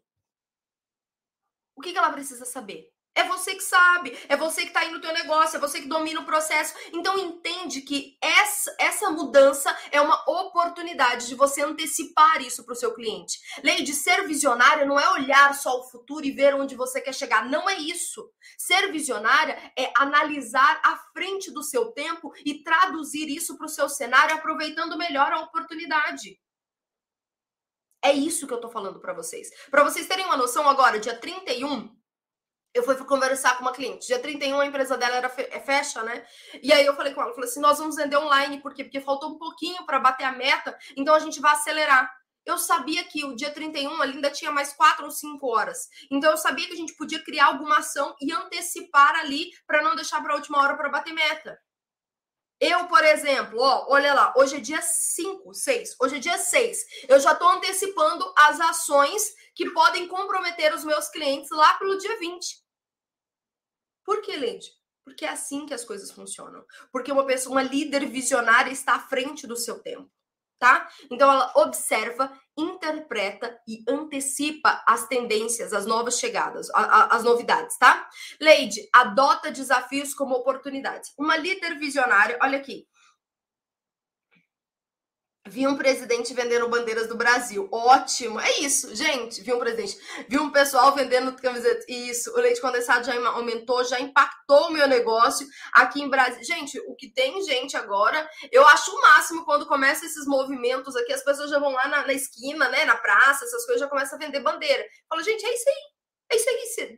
O que ela precisa saber? É você que sabe, é você que está aí no teu negócio, é você que domina o processo. Então entende que essa mudança é uma oportunidade de você antecipar isso para o seu cliente. Leide, ser visionária não é olhar só o futuro e ver onde você quer chegar. Não é isso. Ser visionária é analisar à frente do seu tempo e traduzir isso para o seu cenário, aproveitando melhor a oportunidade. É isso que eu tô falando para vocês. Para vocês terem uma noção, agora, dia 31, eu fui conversar com uma cliente. Dia 31, a empresa dela era fecha, né? E aí eu falei com ela, falei assim, nós vamos vender online, por quê? Porque faltou um pouquinho para bater a meta, então a gente vai acelerar. Eu sabia que o dia 31 ali ainda tinha mais 4 ou 5 horas. Então eu sabia que a gente podia criar alguma ação e antecipar ali para não deixar para a última hora para bater meta. Eu, por exemplo, ó, olha lá, hoje é dia 5, 6. Hoje é dia 6. Eu já estou antecipando as ações que podem comprometer os meus clientes lá pelo dia 20. Por que, Leide? Porque é assim que as coisas funcionam. Porque uma líder visionária está à frente do seu tempo, tá? Então ela observa, interpreta e antecipa as tendências, as novas chegadas, as novidades, tá? Leide, adota desafios como oportunidades. Uma líder visionária, olha aqui. Vi um presidente vendendo bandeiras do Brasil. Ótimo. É isso, gente. Vi um presidente. Vi um pessoal vendendo camisetas. Isso. O leite condensado já aumentou, já impactou o meu negócio aqui em Brasília. Gente, o que tem gente agora, eu acho o máximo quando começa esses movimentos aqui, as pessoas já vão lá na esquina, né, na praça, essas coisas, já começam a vender bandeira. Fala, gente, é isso aí. É isso aí.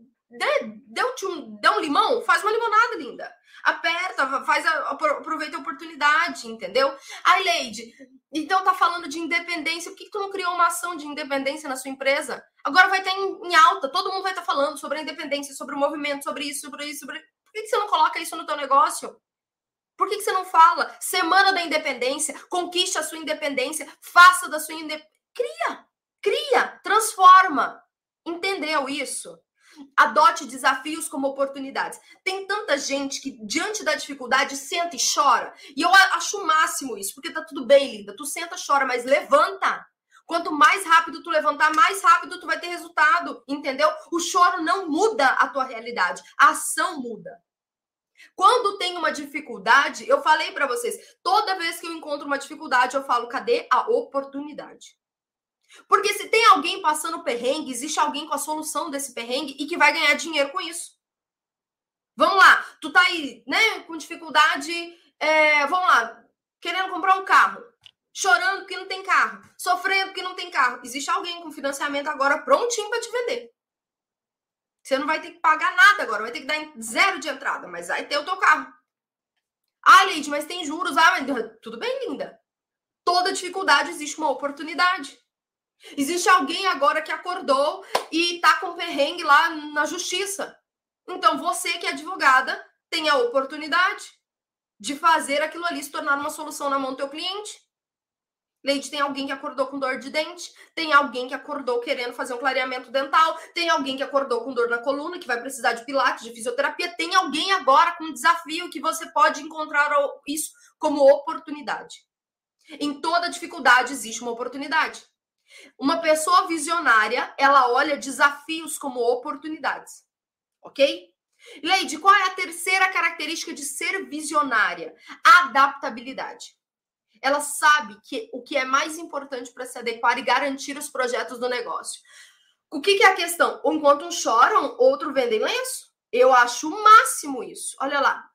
Deu um limão? Faz uma limonada, linda. Aperta, aproveita a oportunidade, entendeu? Ai, Leide, então tá falando de independência. Por que tu não criou uma ação de independência na sua empresa? Agora vai estar em alta, todo mundo vai estar falando sobre a independência, sobre o movimento, sobre isso. Por que você não coloca isso no teu negócio? Por que você não fala? Semana da independência, conquiste a sua independência, faça da sua independência. Cria, transforma. Entendeu isso? Adote desafios como oportunidades. Tem tanta gente que, diante da dificuldade, senta e chora. E eu acho o máximo isso, porque tá tudo bem, linda. Tu senta, chora, mas levanta. Quanto mais rápido tu levantar, mais rápido tu vai ter resultado, entendeu? O choro não muda a tua realidade. A ação muda. Quando tem uma dificuldade, eu falei para vocês, toda vez que eu encontro uma dificuldade, eu falo, cadê a oportunidade? Porque se tem alguém passando perrengue, existe alguém com a solução desse perrengue e que vai ganhar dinheiro com isso. Vamos lá, tu tá aí, né, com dificuldade, vamos lá, querendo comprar um carro, chorando porque não tem carro, sofrendo porque não tem carro. Existe alguém com financiamento agora prontinho para te vender. Você não vai ter que pagar nada agora, vai ter que dar 0 de entrada, mas vai ter o teu carro. Ah, Leide, mas tem juros. Ah, mas tudo bem, linda. Toda dificuldade existe uma oportunidade. Existe alguém agora que acordou e tá com perrengue lá na justiça. Então, você que é advogada tem a oportunidade de fazer aquilo ali se tornar uma solução na mão do teu cliente. Leite, tem alguém que acordou com dor de dente, tem alguém que acordou querendo fazer um clareamento dental, tem alguém que acordou com dor na coluna, que vai precisar de pilates, de fisioterapia, tem alguém agora com um desafio que você pode encontrar isso como oportunidade. Em toda dificuldade existe uma oportunidade. Uma pessoa visionária, ela olha desafios como oportunidades, ok? Leide, qual é a terceira característica de ser visionária? Adaptabilidade. Ela sabe que o que é mais importante para se adequar e garantir os projetos do negócio. O que é a questão? Enquanto uns choram, outro vendem lenço? Eu acho o máximo isso. Olha lá,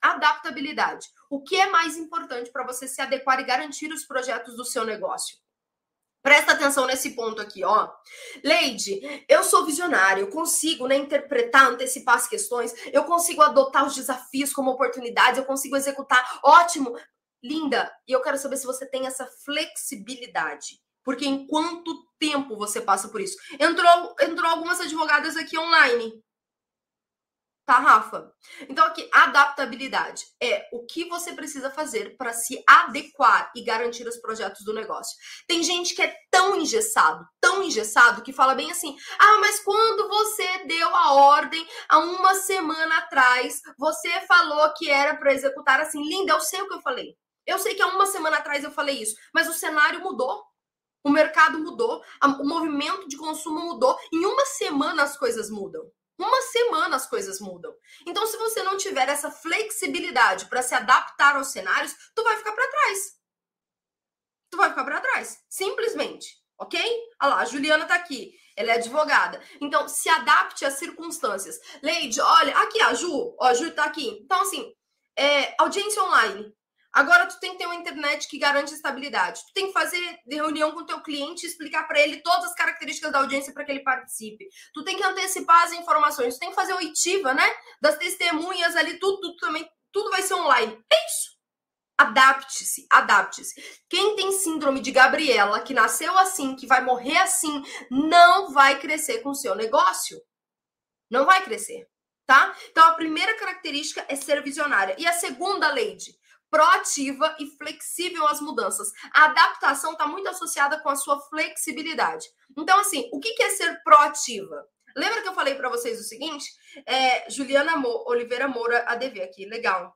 adaptabilidade. O que é mais importante para você se adequar e garantir os projetos do seu negócio? Presta atenção nesse ponto aqui, ó. Leide, eu sou visionária, eu consigo, né, interpretar, antecipar as questões, eu consigo adotar os desafios como oportunidades, eu consigo executar. Ótimo, linda. E eu quero saber se você tem essa flexibilidade. Porque em quanto tempo você passa por isso? Entrou algumas advogadas aqui online. Tá, Rafa? Então, aqui, adaptabilidade é o que você precisa fazer para se adequar e garantir os projetos do negócio. Tem gente que é tão engessado, que fala bem assim: ah, mas quando você deu a ordem há uma semana atrás, você falou que era para executar assim. Linda, eu sei o que eu falei. Eu sei que há uma semana atrás eu falei isso, mas o cenário mudou. O mercado mudou, o movimento de consumo mudou. Em uma semana as coisas mudam. Uma semana as coisas mudam. Então, se você não tiver essa flexibilidade para se adaptar aos cenários, tu vai ficar para trás. Tu vai ficar para trás, simplesmente, ok? Olha lá, a Juliana tá aqui, ela é advogada. Então, se adapte às circunstâncias. Leide, olha, aqui a Ju, ó, a Ju tá aqui. Então, assim, audiência online. Agora tu tem que ter uma internet que garante estabilidade. Tu tem que fazer reunião com o teu cliente e explicar para ele todas as características da audiência para que ele participe. Tu tem que antecipar as informações. Tu tem que fazer oitiva, né? Das testemunhas ali, tudo também, tudo vai ser online. É isso. Adapte-se, adapte-se. Quem tem síndrome de Gabriela, que nasceu assim, que vai morrer assim, não vai crescer com o seu negócio. Não vai crescer, tá? Então, a primeira característica é ser visionária. E a segunda, Leide, proativa e flexível às mudanças. A adaptação está muito associada com a sua flexibilidade. Então, assim, o que é ser proativa? Lembra que eu falei para vocês o seguinte? Juliana Oliveira Moura, ADV aqui, legal.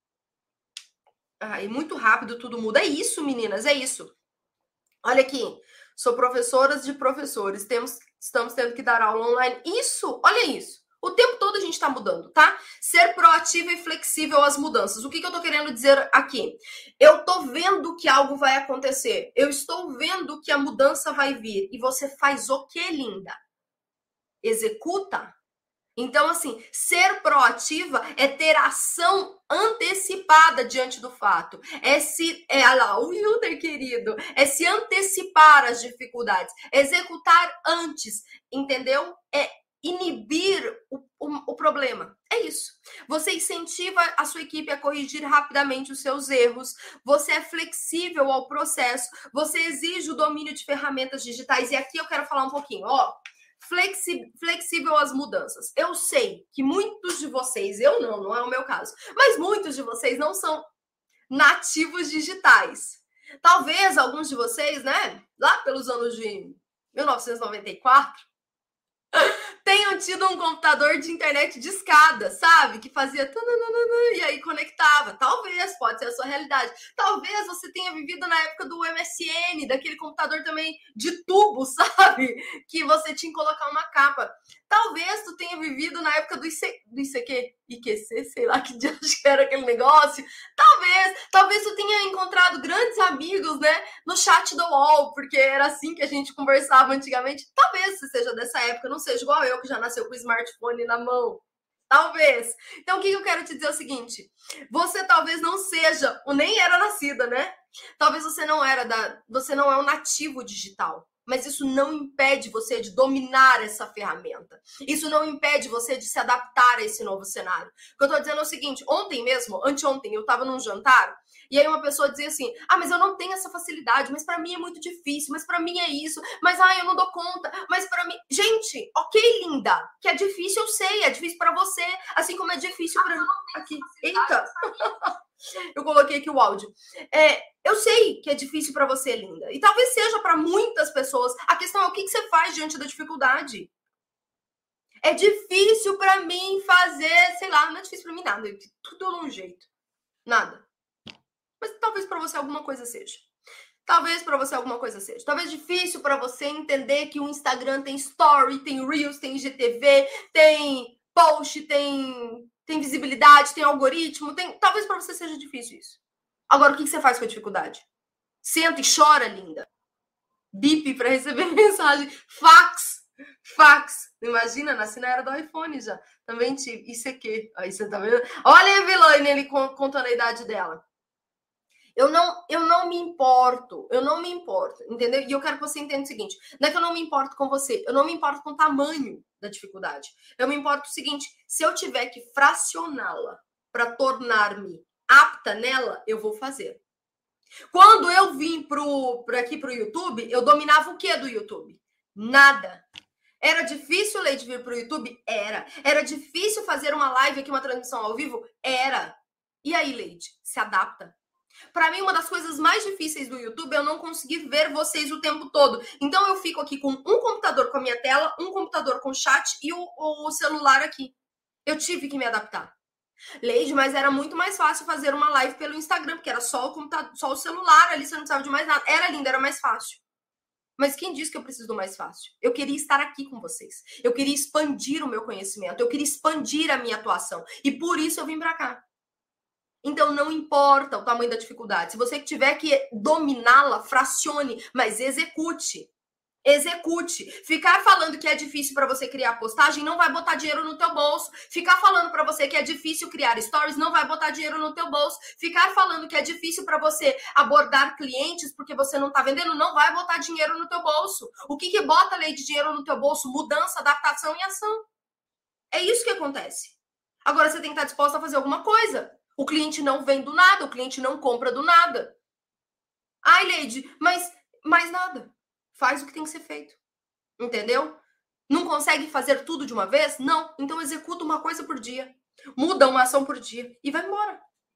E muito rápido tudo muda. É isso, meninas, é isso. Olha aqui, sou professoras de professores, estamos tendo que dar aula online. Isso, olha isso. O tempo todo a gente está mudando, tá? Ser proativa e flexível às mudanças. O que eu tô querendo dizer aqui? Eu tô vendo que algo vai acontecer. Eu estou vendo que a mudança vai vir. E você faz o que, linda? Executa. Então, assim, ser proativa é ter ação antecipada diante do fato. Olha lá, o Hilder, querido, é se antecipar às dificuldades, executar antes, entendeu? É inibir o problema. É isso. Você incentiva a sua equipe a corrigir rapidamente os seus erros, você é flexível ao processo, você exige o domínio de ferramentas digitais. E aqui eu quero falar um pouquinho, ó. Flexível às mudanças. Eu sei que muitos de vocês, não é o meu caso, mas muitos de vocês não são nativos digitais. Talvez alguns de vocês, né, lá pelos anos de 1994, tenham tido um computador de internet de escada, sabe? Que fazia e aí conectava. Talvez, pode ser a sua realidade. Talvez você tenha vivido na época do MSN, daquele computador também de tubo, sabe? Que você tinha que colocar uma capa. Talvez tu tenha vivido na época do ICQ, IQC, sei lá que dia era aquele negócio. Talvez tu tenha encontrado grandes amigos, né, no chat do UOL, porque era assim que a gente conversava antigamente. Talvez você seja dessa época, não seja igual eu, que já nasceu com o smartphone na mão. Talvez. Então, o que eu quero te dizer é o seguinte: você talvez não seja, ou nem era nascida, né? Talvez você não é um nativo digital. Mas isso não impede você de dominar essa ferramenta. Isso não impede você de se adaptar a esse novo cenário. O que eu tô dizendo é o seguinte: ontem mesmo, anteontem, eu tava num jantar, e aí uma pessoa dizia assim: ah, mas eu não tenho essa facilidade, mas para mim é muito difícil, mas para mim é isso, mas eu não dou conta, mas para mim... Gente, ok, linda, que é difícil, eu sei, é difícil para você, assim como é difícil para mim. Aqui, eita, eu coloquei aqui o áudio. Eu sei que é difícil para você, linda, e talvez seja para muitas pessoas. A questão é o que você faz diante da dificuldade. É difícil para mim fazer, sei lá, não é difícil para mim nada, tudo de um jeito, nada. Mas talvez para você alguma coisa seja. Talvez para você alguma coisa seja. Talvez difícil para você entender que o Instagram tem story, tem Reels, tem IGTV, tem post, tem visibilidade, tem algoritmo, talvez para você seja difícil isso. Agora, o que você faz com a dificuldade? Senta e chora, linda. Bip para receber mensagem. Fax. Imagina, nasci na era do iPhone já. Também tive. Isso aqui. Aí você tá vendo? Olha a Eveline, ele contando a idade dela. Eu não me importo, entendeu? E eu quero que você entenda o seguinte, não é que eu não me importo com você, eu não me importo com o tamanho da dificuldade. Eu me importo o seguinte, se eu tiver que fracioná-la para tornar-me apta nela, eu vou fazer. Quando eu vim aqui pro YouTube, eu dominava o que do YouTube? Nada. Era difícil, Leide, vir pro YouTube? Era. Era difícil fazer uma live aqui, uma transmissão ao vivo? Era. E aí, Leide, se adapta. Para mim, uma das coisas mais difíceis do YouTube é eu não conseguir ver vocês o tempo todo. Então, eu fico aqui com um computador com a minha tela, um computador com chat e o celular aqui. Eu tive que me adaptar. Leide, mas era muito mais fácil fazer uma live pelo Instagram, porque era só o computador, só o celular ali, você não precisava de mais nada. Era lindo, era mais fácil. Mas quem disse que eu preciso do mais fácil? Eu queria estar aqui com vocês. Eu queria expandir o meu conhecimento. Eu queria expandir a minha atuação. E por isso eu vim para cá. Então, não importa o tamanho da dificuldade. Se você tiver que dominá-la, fracione, mas execute. Execute. Ficar falando que é difícil para você criar postagem não vai botar dinheiro no teu bolso. Ficar falando para você que é difícil criar stories não vai botar dinheiro no teu bolso. Ficar falando que é difícil para você abordar clientes porque você não tá vendendo não vai botar dinheiro no teu bolso. O que bota, lei de dinheiro no teu bolso? Mudança, adaptação e ação. É isso que acontece. Agora você tem que estar disposta a fazer alguma coisa. O cliente não vem do nada, o cliente não compra do nada. Ai, Leide, mas mais nada. Faz o que tem que ser feito. Entendeu? Não consegue fazer tudo de uma vez? Não. Então executa uma coisa por dia. Muda uma ação por dia e vai embora.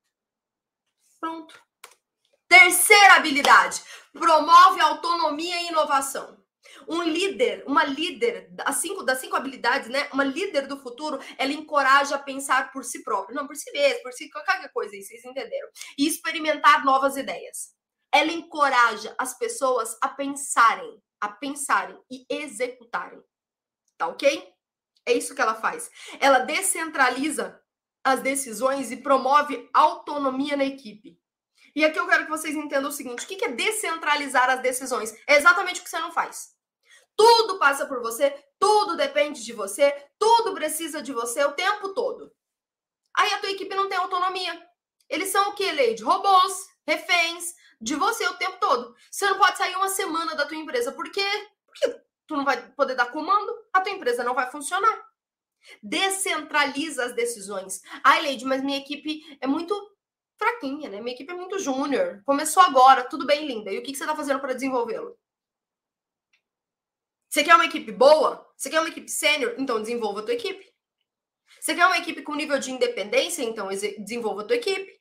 Pronto. Terceira habilidade. Promove autonomia e inovação. Um líder, uma líder, das cinco habilidades, né? Uma líder do futuro, ela encoraja a pensar por si própria. Não, por si mesmo, por si, qualquer coisa aí, vocês entenderam. E experimentar novas ideias. Ela encoraja as pessoas a pensarem e executarem. Tá ok? É isso que ela faz. Ela descentraliza as decisões e promove autonomia na equipe. E aqui eu quero que vocês entendam o seguinte, o que é descentralizar as decisões? É exatamente o que você não faz. Tudo passa por você, tudo depende de você, tudo precisa de você o tempo todo. Aí a tua equipe não tem autonomia. Eles são o que, Leide? Robôs, reféns de você o tempo todo. Você não pode sair uma semana da tua empresa. Por quê? Porque tu não vai poder dar comando, a tua empresa não vai funcionar. Descentraliza as decisões. Ai, Leide, mas minha equipe é muito fraquinha, né? Minha equipe é muito júnior. Começou agora, tudo bem, linda. E o que você está fazendo para desenvolvê-lo? Você quer uma equipe boa? Você quer uma equipe sênior? Então desenvolva a tua equipe. Você quer uma equipe com nível de independência? Então desenvolva a tua equipe.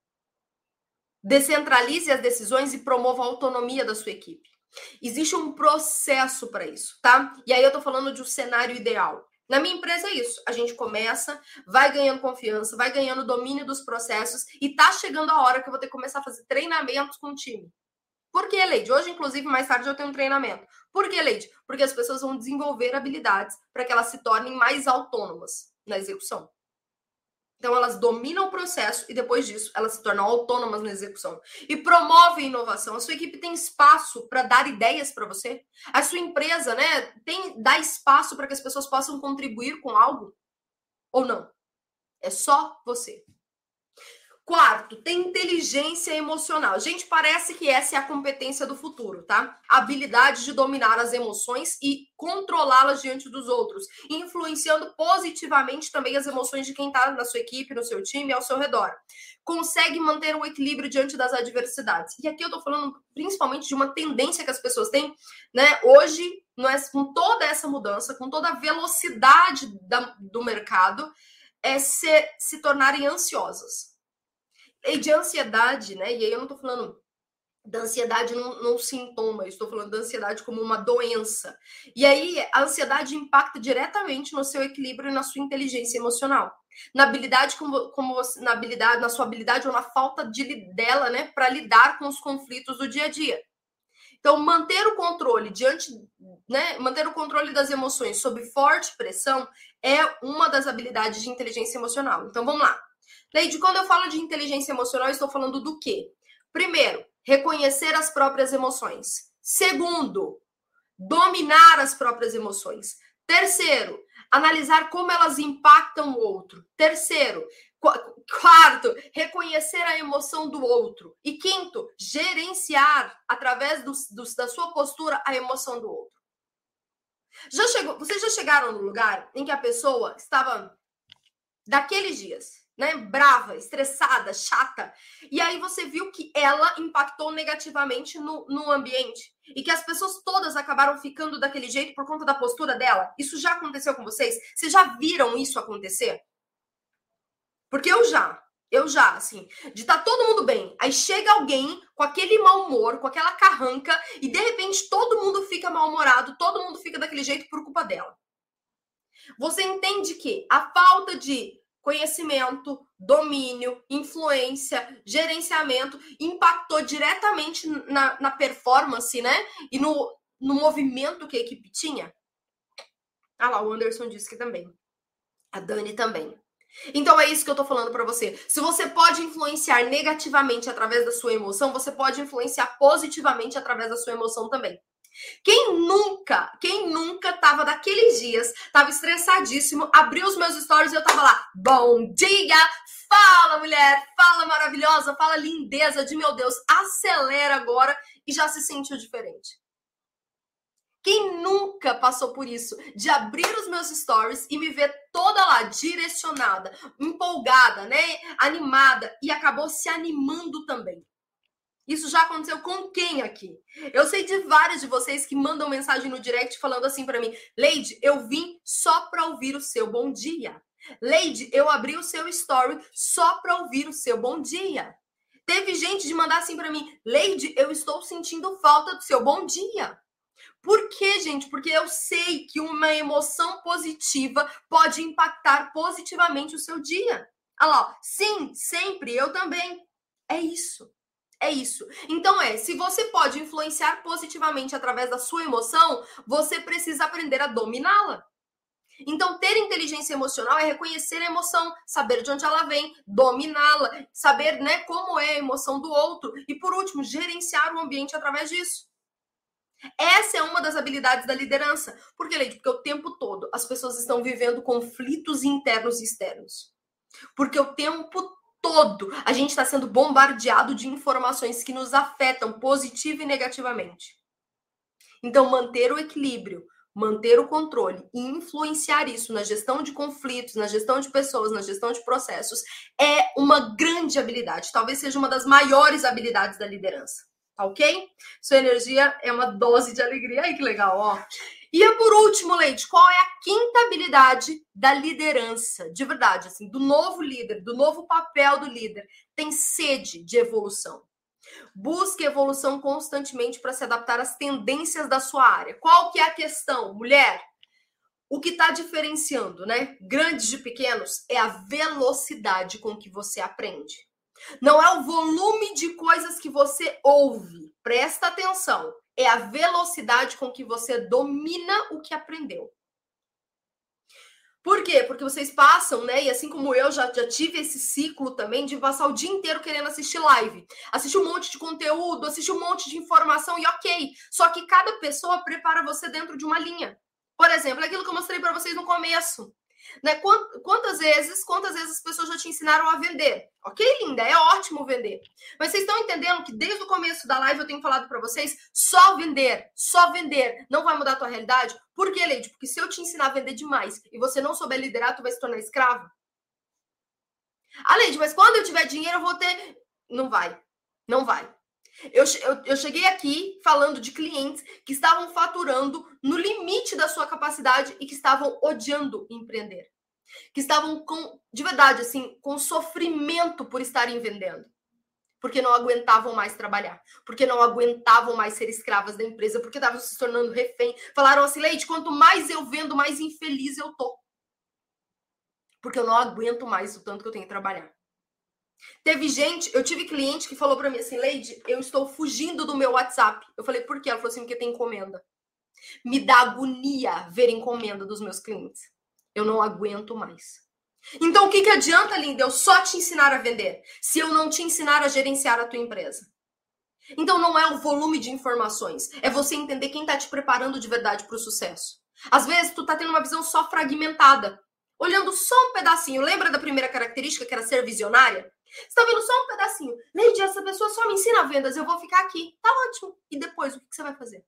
Descentralize as decisões e promova a autonomia da sua equipe. Existe um processo para isso, tá? E aí eu tô falando de um cenário ideal. Na minha empresa é isso. A gente começa, vai ganhando confiança, vai ganhando domínio dos processos e tá chegando a hora que eu vou ter que começar a fazer treinamentos com o time. Por que, Leide? Hoje, inclusive, mais tarde eu tenho um treinamento. Por que, Leide? Porque as pessoas vão desenvolver habilidades para que elas se tornem mais autônomas na execução. Então, elas dominam o processo e, depois disso, elas se tornam autônomas na execução. E promovem inovação. A sua equipe tem espaço para dar ideias para você? A sua empresa, né, dá espaço para que as pessoas possam contribuir com algo? Ou não? É só você. Quarto, tem inteligência emocional. Gente, parece que essa é a competência do futuro, tá? A habilidade de dominar as emoções e controlá-las diante dos outros, influenciando positivamente também as emoções de quem está na sua equipe, no seu time, ao seu redor. Consegue manter o equilíbrio diante das adversidades. E aqui eu tô falando principalmente de uma tendência que as pessoas têm, né? Hoje, com toda essa mudança, com toda a velocidade do mercado, se tornarem ansiosas. E de ansiedade, né? E aí eu não tô falando da ansiedade num sintoma, eu estou falando da ansiedade como uma doença. E aí a ansiedade impacta diretamente no seu equilíbrio e na sua inteligência emocional. Na habilidade, na sua habilidade ou na falta dela, né? Para lidar com os conflitos do dia a dia. Então, manter o controle manter o controle das emoções sob forte pressão é uma das habilidades de inteligência emocional. Então, vamos lá. Leide, quando eu falo de inteligência emocional, eu estou falando do quê? Primeiro, reconhecer as próprias emoções. Segundo, dominar as próprias emoções. Terceiro, analisar como elas impactam o outro. Terceiro, Quarto, reconhecer a emoção do outro. E quinto, gerenciar, através da sua postura, a emoção do outro. Vocês já chegaram no lugar em que a pessoa estava daqueles dias, né? Brava, estressada, chata. E aí você viu que ela impactou negativamente no ambiente. E que as pessoas todas acabaram ficando daquele jeito por conta da postura dela. Isso já aconteceu com vocês? Vocês já viram isso acontecer? Porque eu já, assim, de estar todo mundo bem. Aí chega alguém com aquele mau humor, com aquela carranca, e de repente todo mundo fica mal-humorado, todo mundo fica daquele jeito por culpa dela. Você entende que a falta de conhecimento, domínio, influência, gerenciamento impactou diretamente na performance, né? E no movimento que a equipe tinha? Ah lá, o Anderson disse que também. A Dani também. Então é isso que eu tô falando pra você. Se você pode influenciar negativamente através da sua emoção, você pode influenciar positivamente através da sua emoção também. Quem nunca tava daqueles dias, tava estressadíssimo, abriu os meus stories e eu tava lá, bom dia, fala mulher, fala maravilhosa, fala lindeza de meu Deus, acelera agora e já se sentiu diferente. Quem nunca passou por isso, de abrir os meus stories e me ver toda lá, direcionada, empolgada, né, animada, e acabou se animando também. Isso já aconteceu com quem aqui? Eu sei de vários de vocês que mandam mensagem no direct falando assim pra mim, Leide, eu vim só pra ouvir o seu bom dia. Leide, eu abri o seu story só pra ouvir o seu bom dia. Teve gente de mandar assim pra mim, Leide, eu estou sentindo falta do seu bom dia. Por quê, gente? Porque eu sei que uma emoção positiva pode impactar positivamente o seu dia. Olha lá, sim, sempre, eu também. É isso. É isso. Então se você pode influenciar positivamente através da sua emoção, você precisa aprender a dominá-la. Então, ter inteligência emocional é reconhecer a emoção, saber de onde ela vem, dominá-la, saber, né, como é a emoção do outro e, por último, gerenciar o ambiente através disso. Essa é uma das habilidades da liderança. Por que, Leide? Porque o tempo todo as pessoas estão vivendo conflitos internos e externos. Porque o tempo todo a gente está sendo bombardeado de informações que nos afetam positiva e negativamente. Então, manter o equilíbrio, manter o controle e influenciar isso na gestão de conflitos, na gestão de pessoas, na gestão de processos, é uma grande habilidade. Talvez seja uma das maiores habilidades da liderança. Ok? Sua energia é uma dose de alegria. Ai, que legal, ó. E por último, Leide, qual é a quinta habilidade da liderança? De verdade, assim, do novo líder, do novo papel do líder. Tem sede de evolução. Busque evolução constantemente para se adaptar às tendências da sua área. Qual que é a questão, mulher? O que está diferenciando, né? Grandes de pequenos é a velocidade com que você aprende. Não é o volume de coisas que você ouve. Presta atenção. É a velocidade com que você domina o que aprendeu. Por quê? Porque vocês passam, né? E assim como eu já tive esse ciclo também de passar o dia inteiro querendo assistir live. Assistir um monte de conteúdo, assistir um monte de informação e ok. Só que cada pessoa prepara você dentro de uma linha. Por exemplo, aquilo que eu mostrei para vocês no começo. Né? Quantas vezes as pessoas já te ensinaram a vender? Ok, linda, é ótimo vender. Mas vocês estão entendendo que desde o começo da live eu tenho falado para vocês, só vender não vai mudar a tua realidade? Por quê, Leide? Porque se eu te ensinar a vender demais e você não souber liderar, tu vai se tornar escrava? Ah, Leide, mas quando eu tiver dinheiro eu vou ter... Não vai. Eu cheguei aqui falando de clientes que estavam faturando no limite da sua capacidade e que estavam odiando empreender. Que estavam de verdade, assim, com sofrimento por estarem vendendo. Porque não aguentavam mais trabalhar. Porque não aguentavam mais ser escravas da empresa. Porque estavam se tornando refém. Falaram assim, Leide, quanto mais eu vendo, mais infeliz eu tô. Porque eu não aguento mais o tanto que eu tenho que trabalhar. Eu tive cliente que falou pra mim assim, Leide, eu estou fugindo do meu WhatsApp. Eu falei, por quê? Ela falou assim, porque tem encomenda. Me dá agonia ver encomenda dos meus clientes. Eu não aguento mais. Então, o que adianta, linda, eu só te ensinar a vender, se eu não te ensinar a gerenciar a tua empresa? Então, não é o volume de informações, é você entender quem tá te preparando de verdade para o sucesso. Às vezes, tu tá tendo uma visão só fragmentada. olhando só um pedacinho. Lembra da primeira característica, que era ser visionária? Você está vendo só um pedacinho. Leide, essa pessoa só me ensina vendas, eu vou ficar aqui. Tá ótimo. E depois, o que você vai fazer?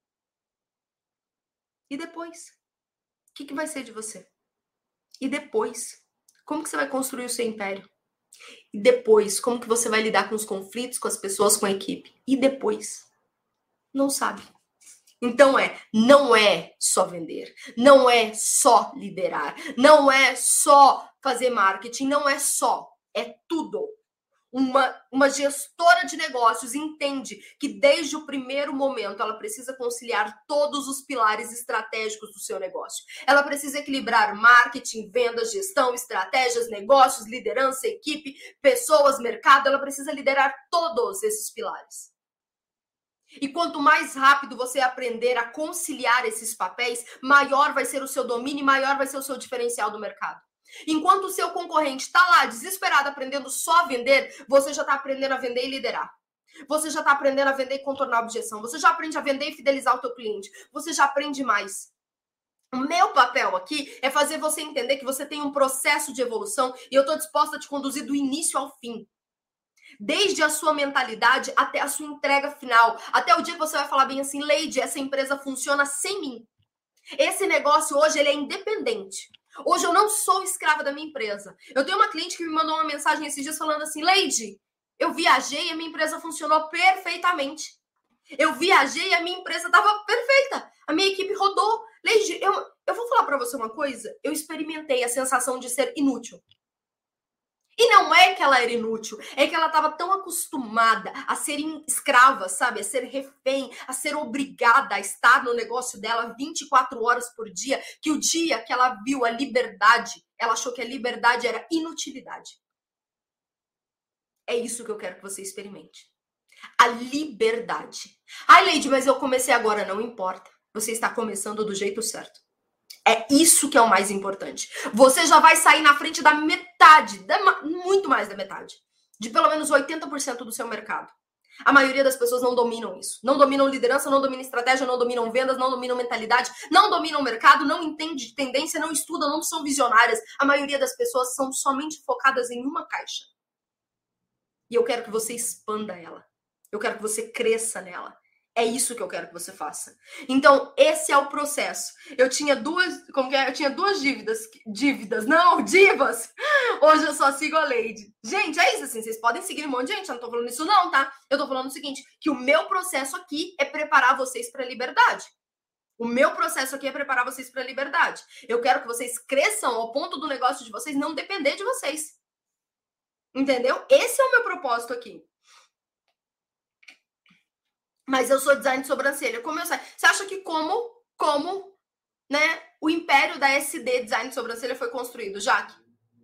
E depois? O que vai ser de você? E depois? Como que você vai construir o seu império? E depois? Como que você vai lidar com os conflitos, com as pessoas, com a equipe? E depois? Não sabe. Então não é só vender, não é só liderar, não é só fazer marketing, não é só, é tudo. Uma gestora de negócios entende que desde o primeiro momento ela precisa conciliar todos os pilares estratégicos do seu negócio. Ela precisa equilibrar marketing, vendas, gestão, estratégias, negócios, liderança, equipe, pessoas, mercado. Ela precisa liderar todos esses pilares. E quanto mais rápido você aprender a conciliar esses papéis, maior vai ser o seu domínio e maior vai ser o seu diferencial do mercado. Enquanto o seu concorrente está lá desesperado aprendendo só a vender, você já está aprendendo a vender e liderar. Você já está aprendendo a vender e contornar a objeção. Você já aprende a vender e fidelizar o teu cliente. Você já aprende mais. O meu papel aqui é fazer você entender que você tem um processo de evolução e eu estou disposta a te conduzir do início ao fim. Desde a sua mentalidade até a sua entrega final. Até o dia que você vai falar bem assim, Leide, essa empresa funciona sem mim. Esse negócio hoje ele é independente. Hoje eu não sou escrava da minha empresa. Eu tenho uma cliente que me mandou uma mensagem esses dias falando assim, Leide, eu viajei e a minha empresa funcionou perfeitamente. Eu viajei e a minha empresa estava perfeita. A minha equipe rodou. Leide, eu vou falar para você uma coisa. Eu experimentei a sensação de ser inútil. E não é que ela era inútil, é que ela estava tão acostumada a ser escrava, sabe? A ser refém, a ser obrigada a estar no negócio dela 24 horas por dia, que o dia que ela viu a liberdade, ela achou que a liberdade era inutilidade. É isso que eu quero que você experimente. A liberdade. Ai, Leide, mas eu comecei agora, não importa. Você está começando do jeito certo. É isso que é o mais importante. Você já vai sair na frente da metade, muito mais da metade, de pelo menos 80% do seu mercado. A maioria das pessoas não dominam isso. Não dominam liderança, não dominam estratégia, não dominam vendas, não dominam mentalidade, não dominam o mercado, não entendem de tendência, não estudam, não são visionárias. A maioria das pessoas são somente focadas em uma caixa. E eu quero que você expanda ela. Eu quero que você cresça nela. É isso que eu quero que você faça. Então, esse é o processo. Eu tinha duas divas. Hoje eu só sigo a Leide. Gente, é isso assim, vocês podem seguir um monte de gente, eu não tô falando isso não, tá? Eu tô falando o seguinte, que o meu processo aqui é preparar vocês para a liberdade. O meu processo aqui é preparar vocês para a liberdade. Eu quero que vocês cresçam ao ponto do negócio de vocês não depender de vocês. Entendeu? Esse é o meu propósito aqui. Mas eu sou design de sobrancelha. Como eu sei? Você acha que como, né, o império da SD design de sobrancelha foi construído, Jaque?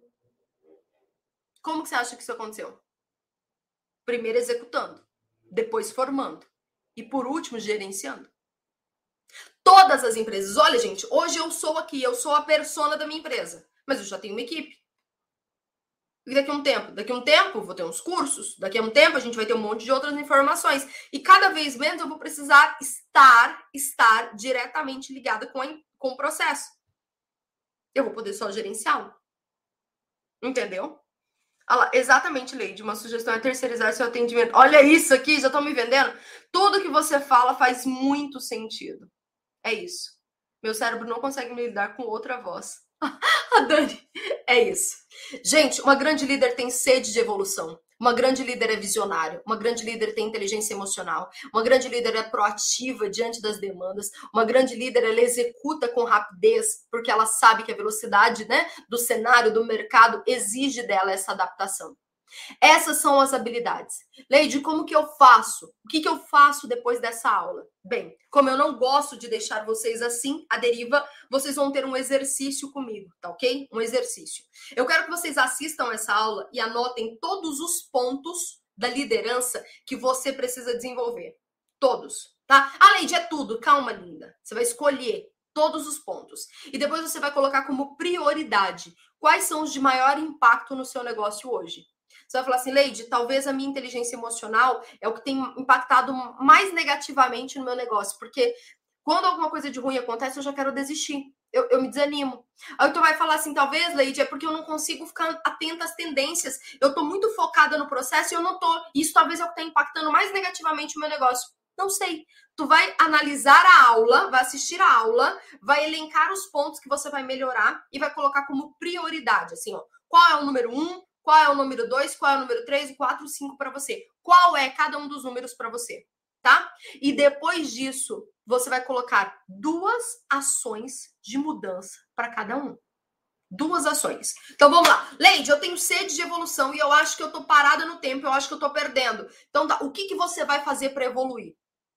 Como que você acha que isso aconteceu? Primeiro executando, depois formando e por último gerenciando. Todas as empresas. Olha, gente, hoje eu sou aqui, eu sou a persona da minha empresa, mas eu já tenho uma equipe. E daqui a um tempo vou ter uns cursos, daqui a um tempo a gente vai ter um monte de outras informações. E cada vez menos eu vou precisar estar diretamente ligada com o processo. Eu vou poder só gerenciá-lo. Entendeu? Olha lá, exatamente, Leide. Uma sugestão é terceirizar seu atendimento. Olha isso aqui, já estão me vendendo? Tudo que você fala faz muito sentido. É isso. Meu cérebro não consegue me lidar com outra voz. A Dani, é isso. Gente, uma grande líder tem sede de evolução. Uma grande líder é visionária. Uma grande líder tem inteligência emocional. Uma grande líder é proativa diante das demandas. Uma grande líder, ela executa com rapidez, porque ela sabe que a velocidade, né, do cenário, do mercado, exige dela essa adaptação. Essas são as habilidades. Leide, como que eu faço? O que eu faço depois dessa aula? Bem, como eu não gosto de deixar vocês assim, à deriva, vocês vão ter um exercício comigo, tá ok? Um exercício. Eu quero que vocês assistam essa aula e anotem todos os pontos da liderança que você precisa desenvolver. Todos, tá? A Leide é tudo. Calma, linda. Você vai escolher todos os pontos. E depois você vai colocar como prioridade quais são os de maior impacto no seu negócio hoje. Você vai falar assim, Leide, talvez a minha inteligência emocional é o que tem impactado mais negativamente no meu negócio, porque Quando alguma coisa de ruim acontece, eu já quero desistir. Eu me desanimo. Aí tu vai falar assim, talvez, Leide, é porque eu não consigo ficar atenta às tendências. Eu tô muito focada no processo e eu não tô. Isso talvez é o que tá impactando mais negativamente o meu negócio. Não sei. Tu vai analisar a aula, vai assistir a aula, vai elencar os pontos que você vai melhorar e vai colocar como prioridade. Assim, ó, qual é o número 1, qual é o número 2, qual é o número 3, 4, 5 para você. Qual é cada um dos números para você, tá? E depois disso, você vai colocar 2 ações de mudança para cada um. 2 ações. Então, vamos lá. Leide, eu tenho sede de evolução e eu acho que eu tô parada no tempo, eu acho que eu tô perdendo. Então, tá, o que você vai fazer para evoluir?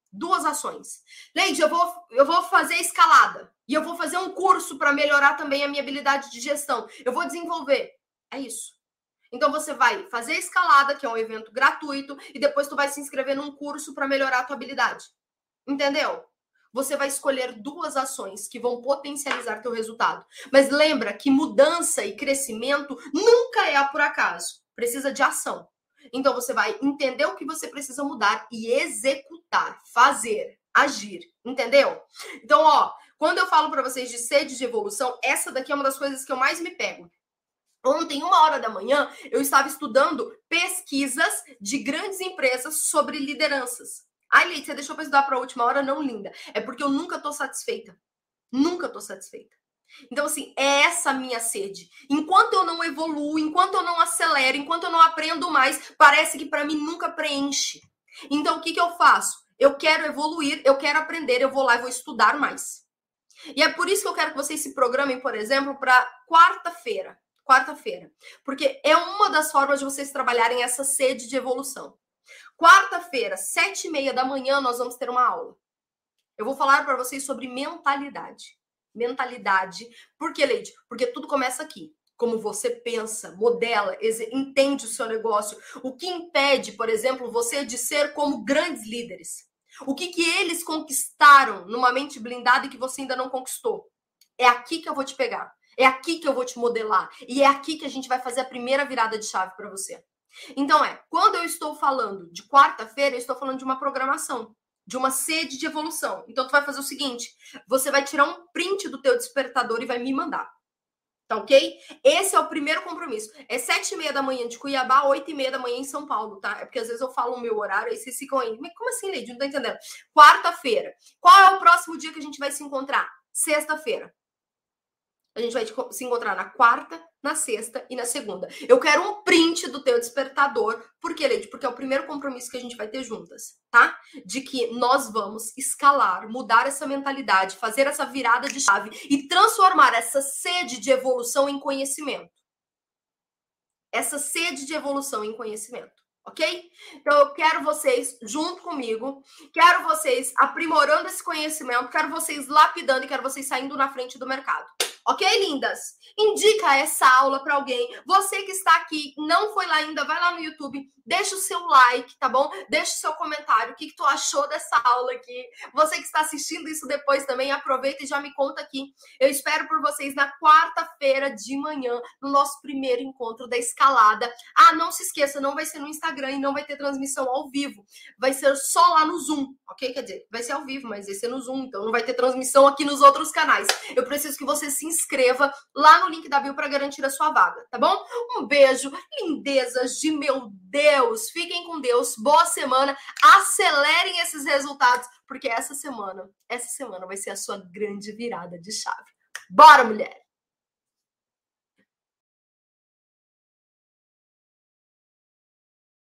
2 ações. Leide, eu vou fazer escalada. E eu vou fazer um curso para melhorar também a minha habilidade de gestão. Eu vou desenvolver. É isso. Então, você vai fazer escalada, que é um evento gratuito, e depois tu vai se inscrever num curso para melhorar a tua habilidade. Entendeu? Você vai escolher 2 ações que vão potencializar teu resultado. Mas lembra que mudança e crescimento nunca é por acaso. Precisa de ação. Então, você vai entender o que você precisa mudar e executar, fazer, agir. Entendeu? Então, ó, quando eu falo para vocês de sede de evolução, essa daqui é uma das coisas que eu mais me pego. Ontem, 1h da manhã, eu estava estudando pesquisas de grandes empresas sobre lideranças. Ai, Leite, você deixou para estudar para a última hora? Não, linda. É porque eu nunca tô satisfeita. Nunca tô satisfeita. Então, assim, é essa a minha sede. Enquanto eu não evoluo, enquanto eu não acelero, enquanto eu não aprendo mais, parece que para mim nunca preenche. Então, o que eu faço? Eu quero evoluir, eu quero aprender, eu vou lá e vou estudar mais. E é por isso que eu quero que vocês se programem, por exemplo, para quarta-feira. Quarta-feira. Porque é uma das formas de vocês trabalharem essa sede de evolução. Quarta-feira, 7h30 da manhã, nós vamos ter uma aula. Eu vou falar para vocês sobre mentalidade. Mentalidade. Por que, Leide? Porque tudo começa aqui. Como você pensa, modela, entende o seu negócio. O que impede, por exemplo, você de ser como grandes líderes? O que eles conquistaram numa mente blindada e que você ainda não conquistou? É aqui que eu vou te pegar. É aqui que eu vou te modelar. E é aqui que a gente vai fazer a primeira virada de chave para você. Então, quando eu estou falando de quarta-feira, eu estou falando de uma programação, de uma sede de evolução. Então, tu vai fazer o seguinte, você vai tirar um print do teu despertador e vai me mandar. Tá ok? Esse é o primeiro compromisso. É 7h30 da manhã de Cuiabá, 8h30 da manhã em São Paulo, tá? É porque às vezes eu falo o meu horário, aí vocês ficam aí. Mas como assim, Leide? Não tô entendendo. Quarta-feira. Qual é o próximo dia que a gente vai se encontrar? Sexta-feira. A gente vai se encontrar na quarta, na sexta e na segunda. Eu quero um print do teu despertador. Por quê, Leide? Porque é o primeiro compromisso que a gente vai ter juntas, tá? De que nós vamos escalar, mudar essa mentalidade, fazer essa virada de chave e transformar essa sede de evolução em conhecimento. Essa sede de evolução em conhecimento. Ok? Então, eu quero vocês junto comigo, quero vocês aprimorando esse conhecimento, quero vocês lapidando e quero vocês saindo na frente do mercado. Ok, lindas? Indica essa aula para alguém. Você que está aqui, não foi lá ainda, vai lá no YouTube, deixa o seu like, tá bom? Deixa o seu comentário, o que tu achou dessa aula aqui. Você que está assistindo isso depois também, aproveita e já me conta aqui. Eu espero por vocês na quarta-feira de manhã, no nosso primeiro encontro da escalada. Ah, não se esqueça, não vai ser no Instagram e não vai ter transmissão ao vivo. Vai ser só lá no Zoom, ok? Quer dizer, vai ser ao vivo, mas vai ser no Zoom, então não vai ter transmissão aqui nos outros canais. Eu preciso que você se inscreva lá no link da bio para garantir a sua vaga, tá bom? Um beijo, lindezas de meu Deus. Fiquem com Deus, boa semana, acelerem esses resultados, porque essa semana vai ser a sua grande virada de chave. Bora, mulher!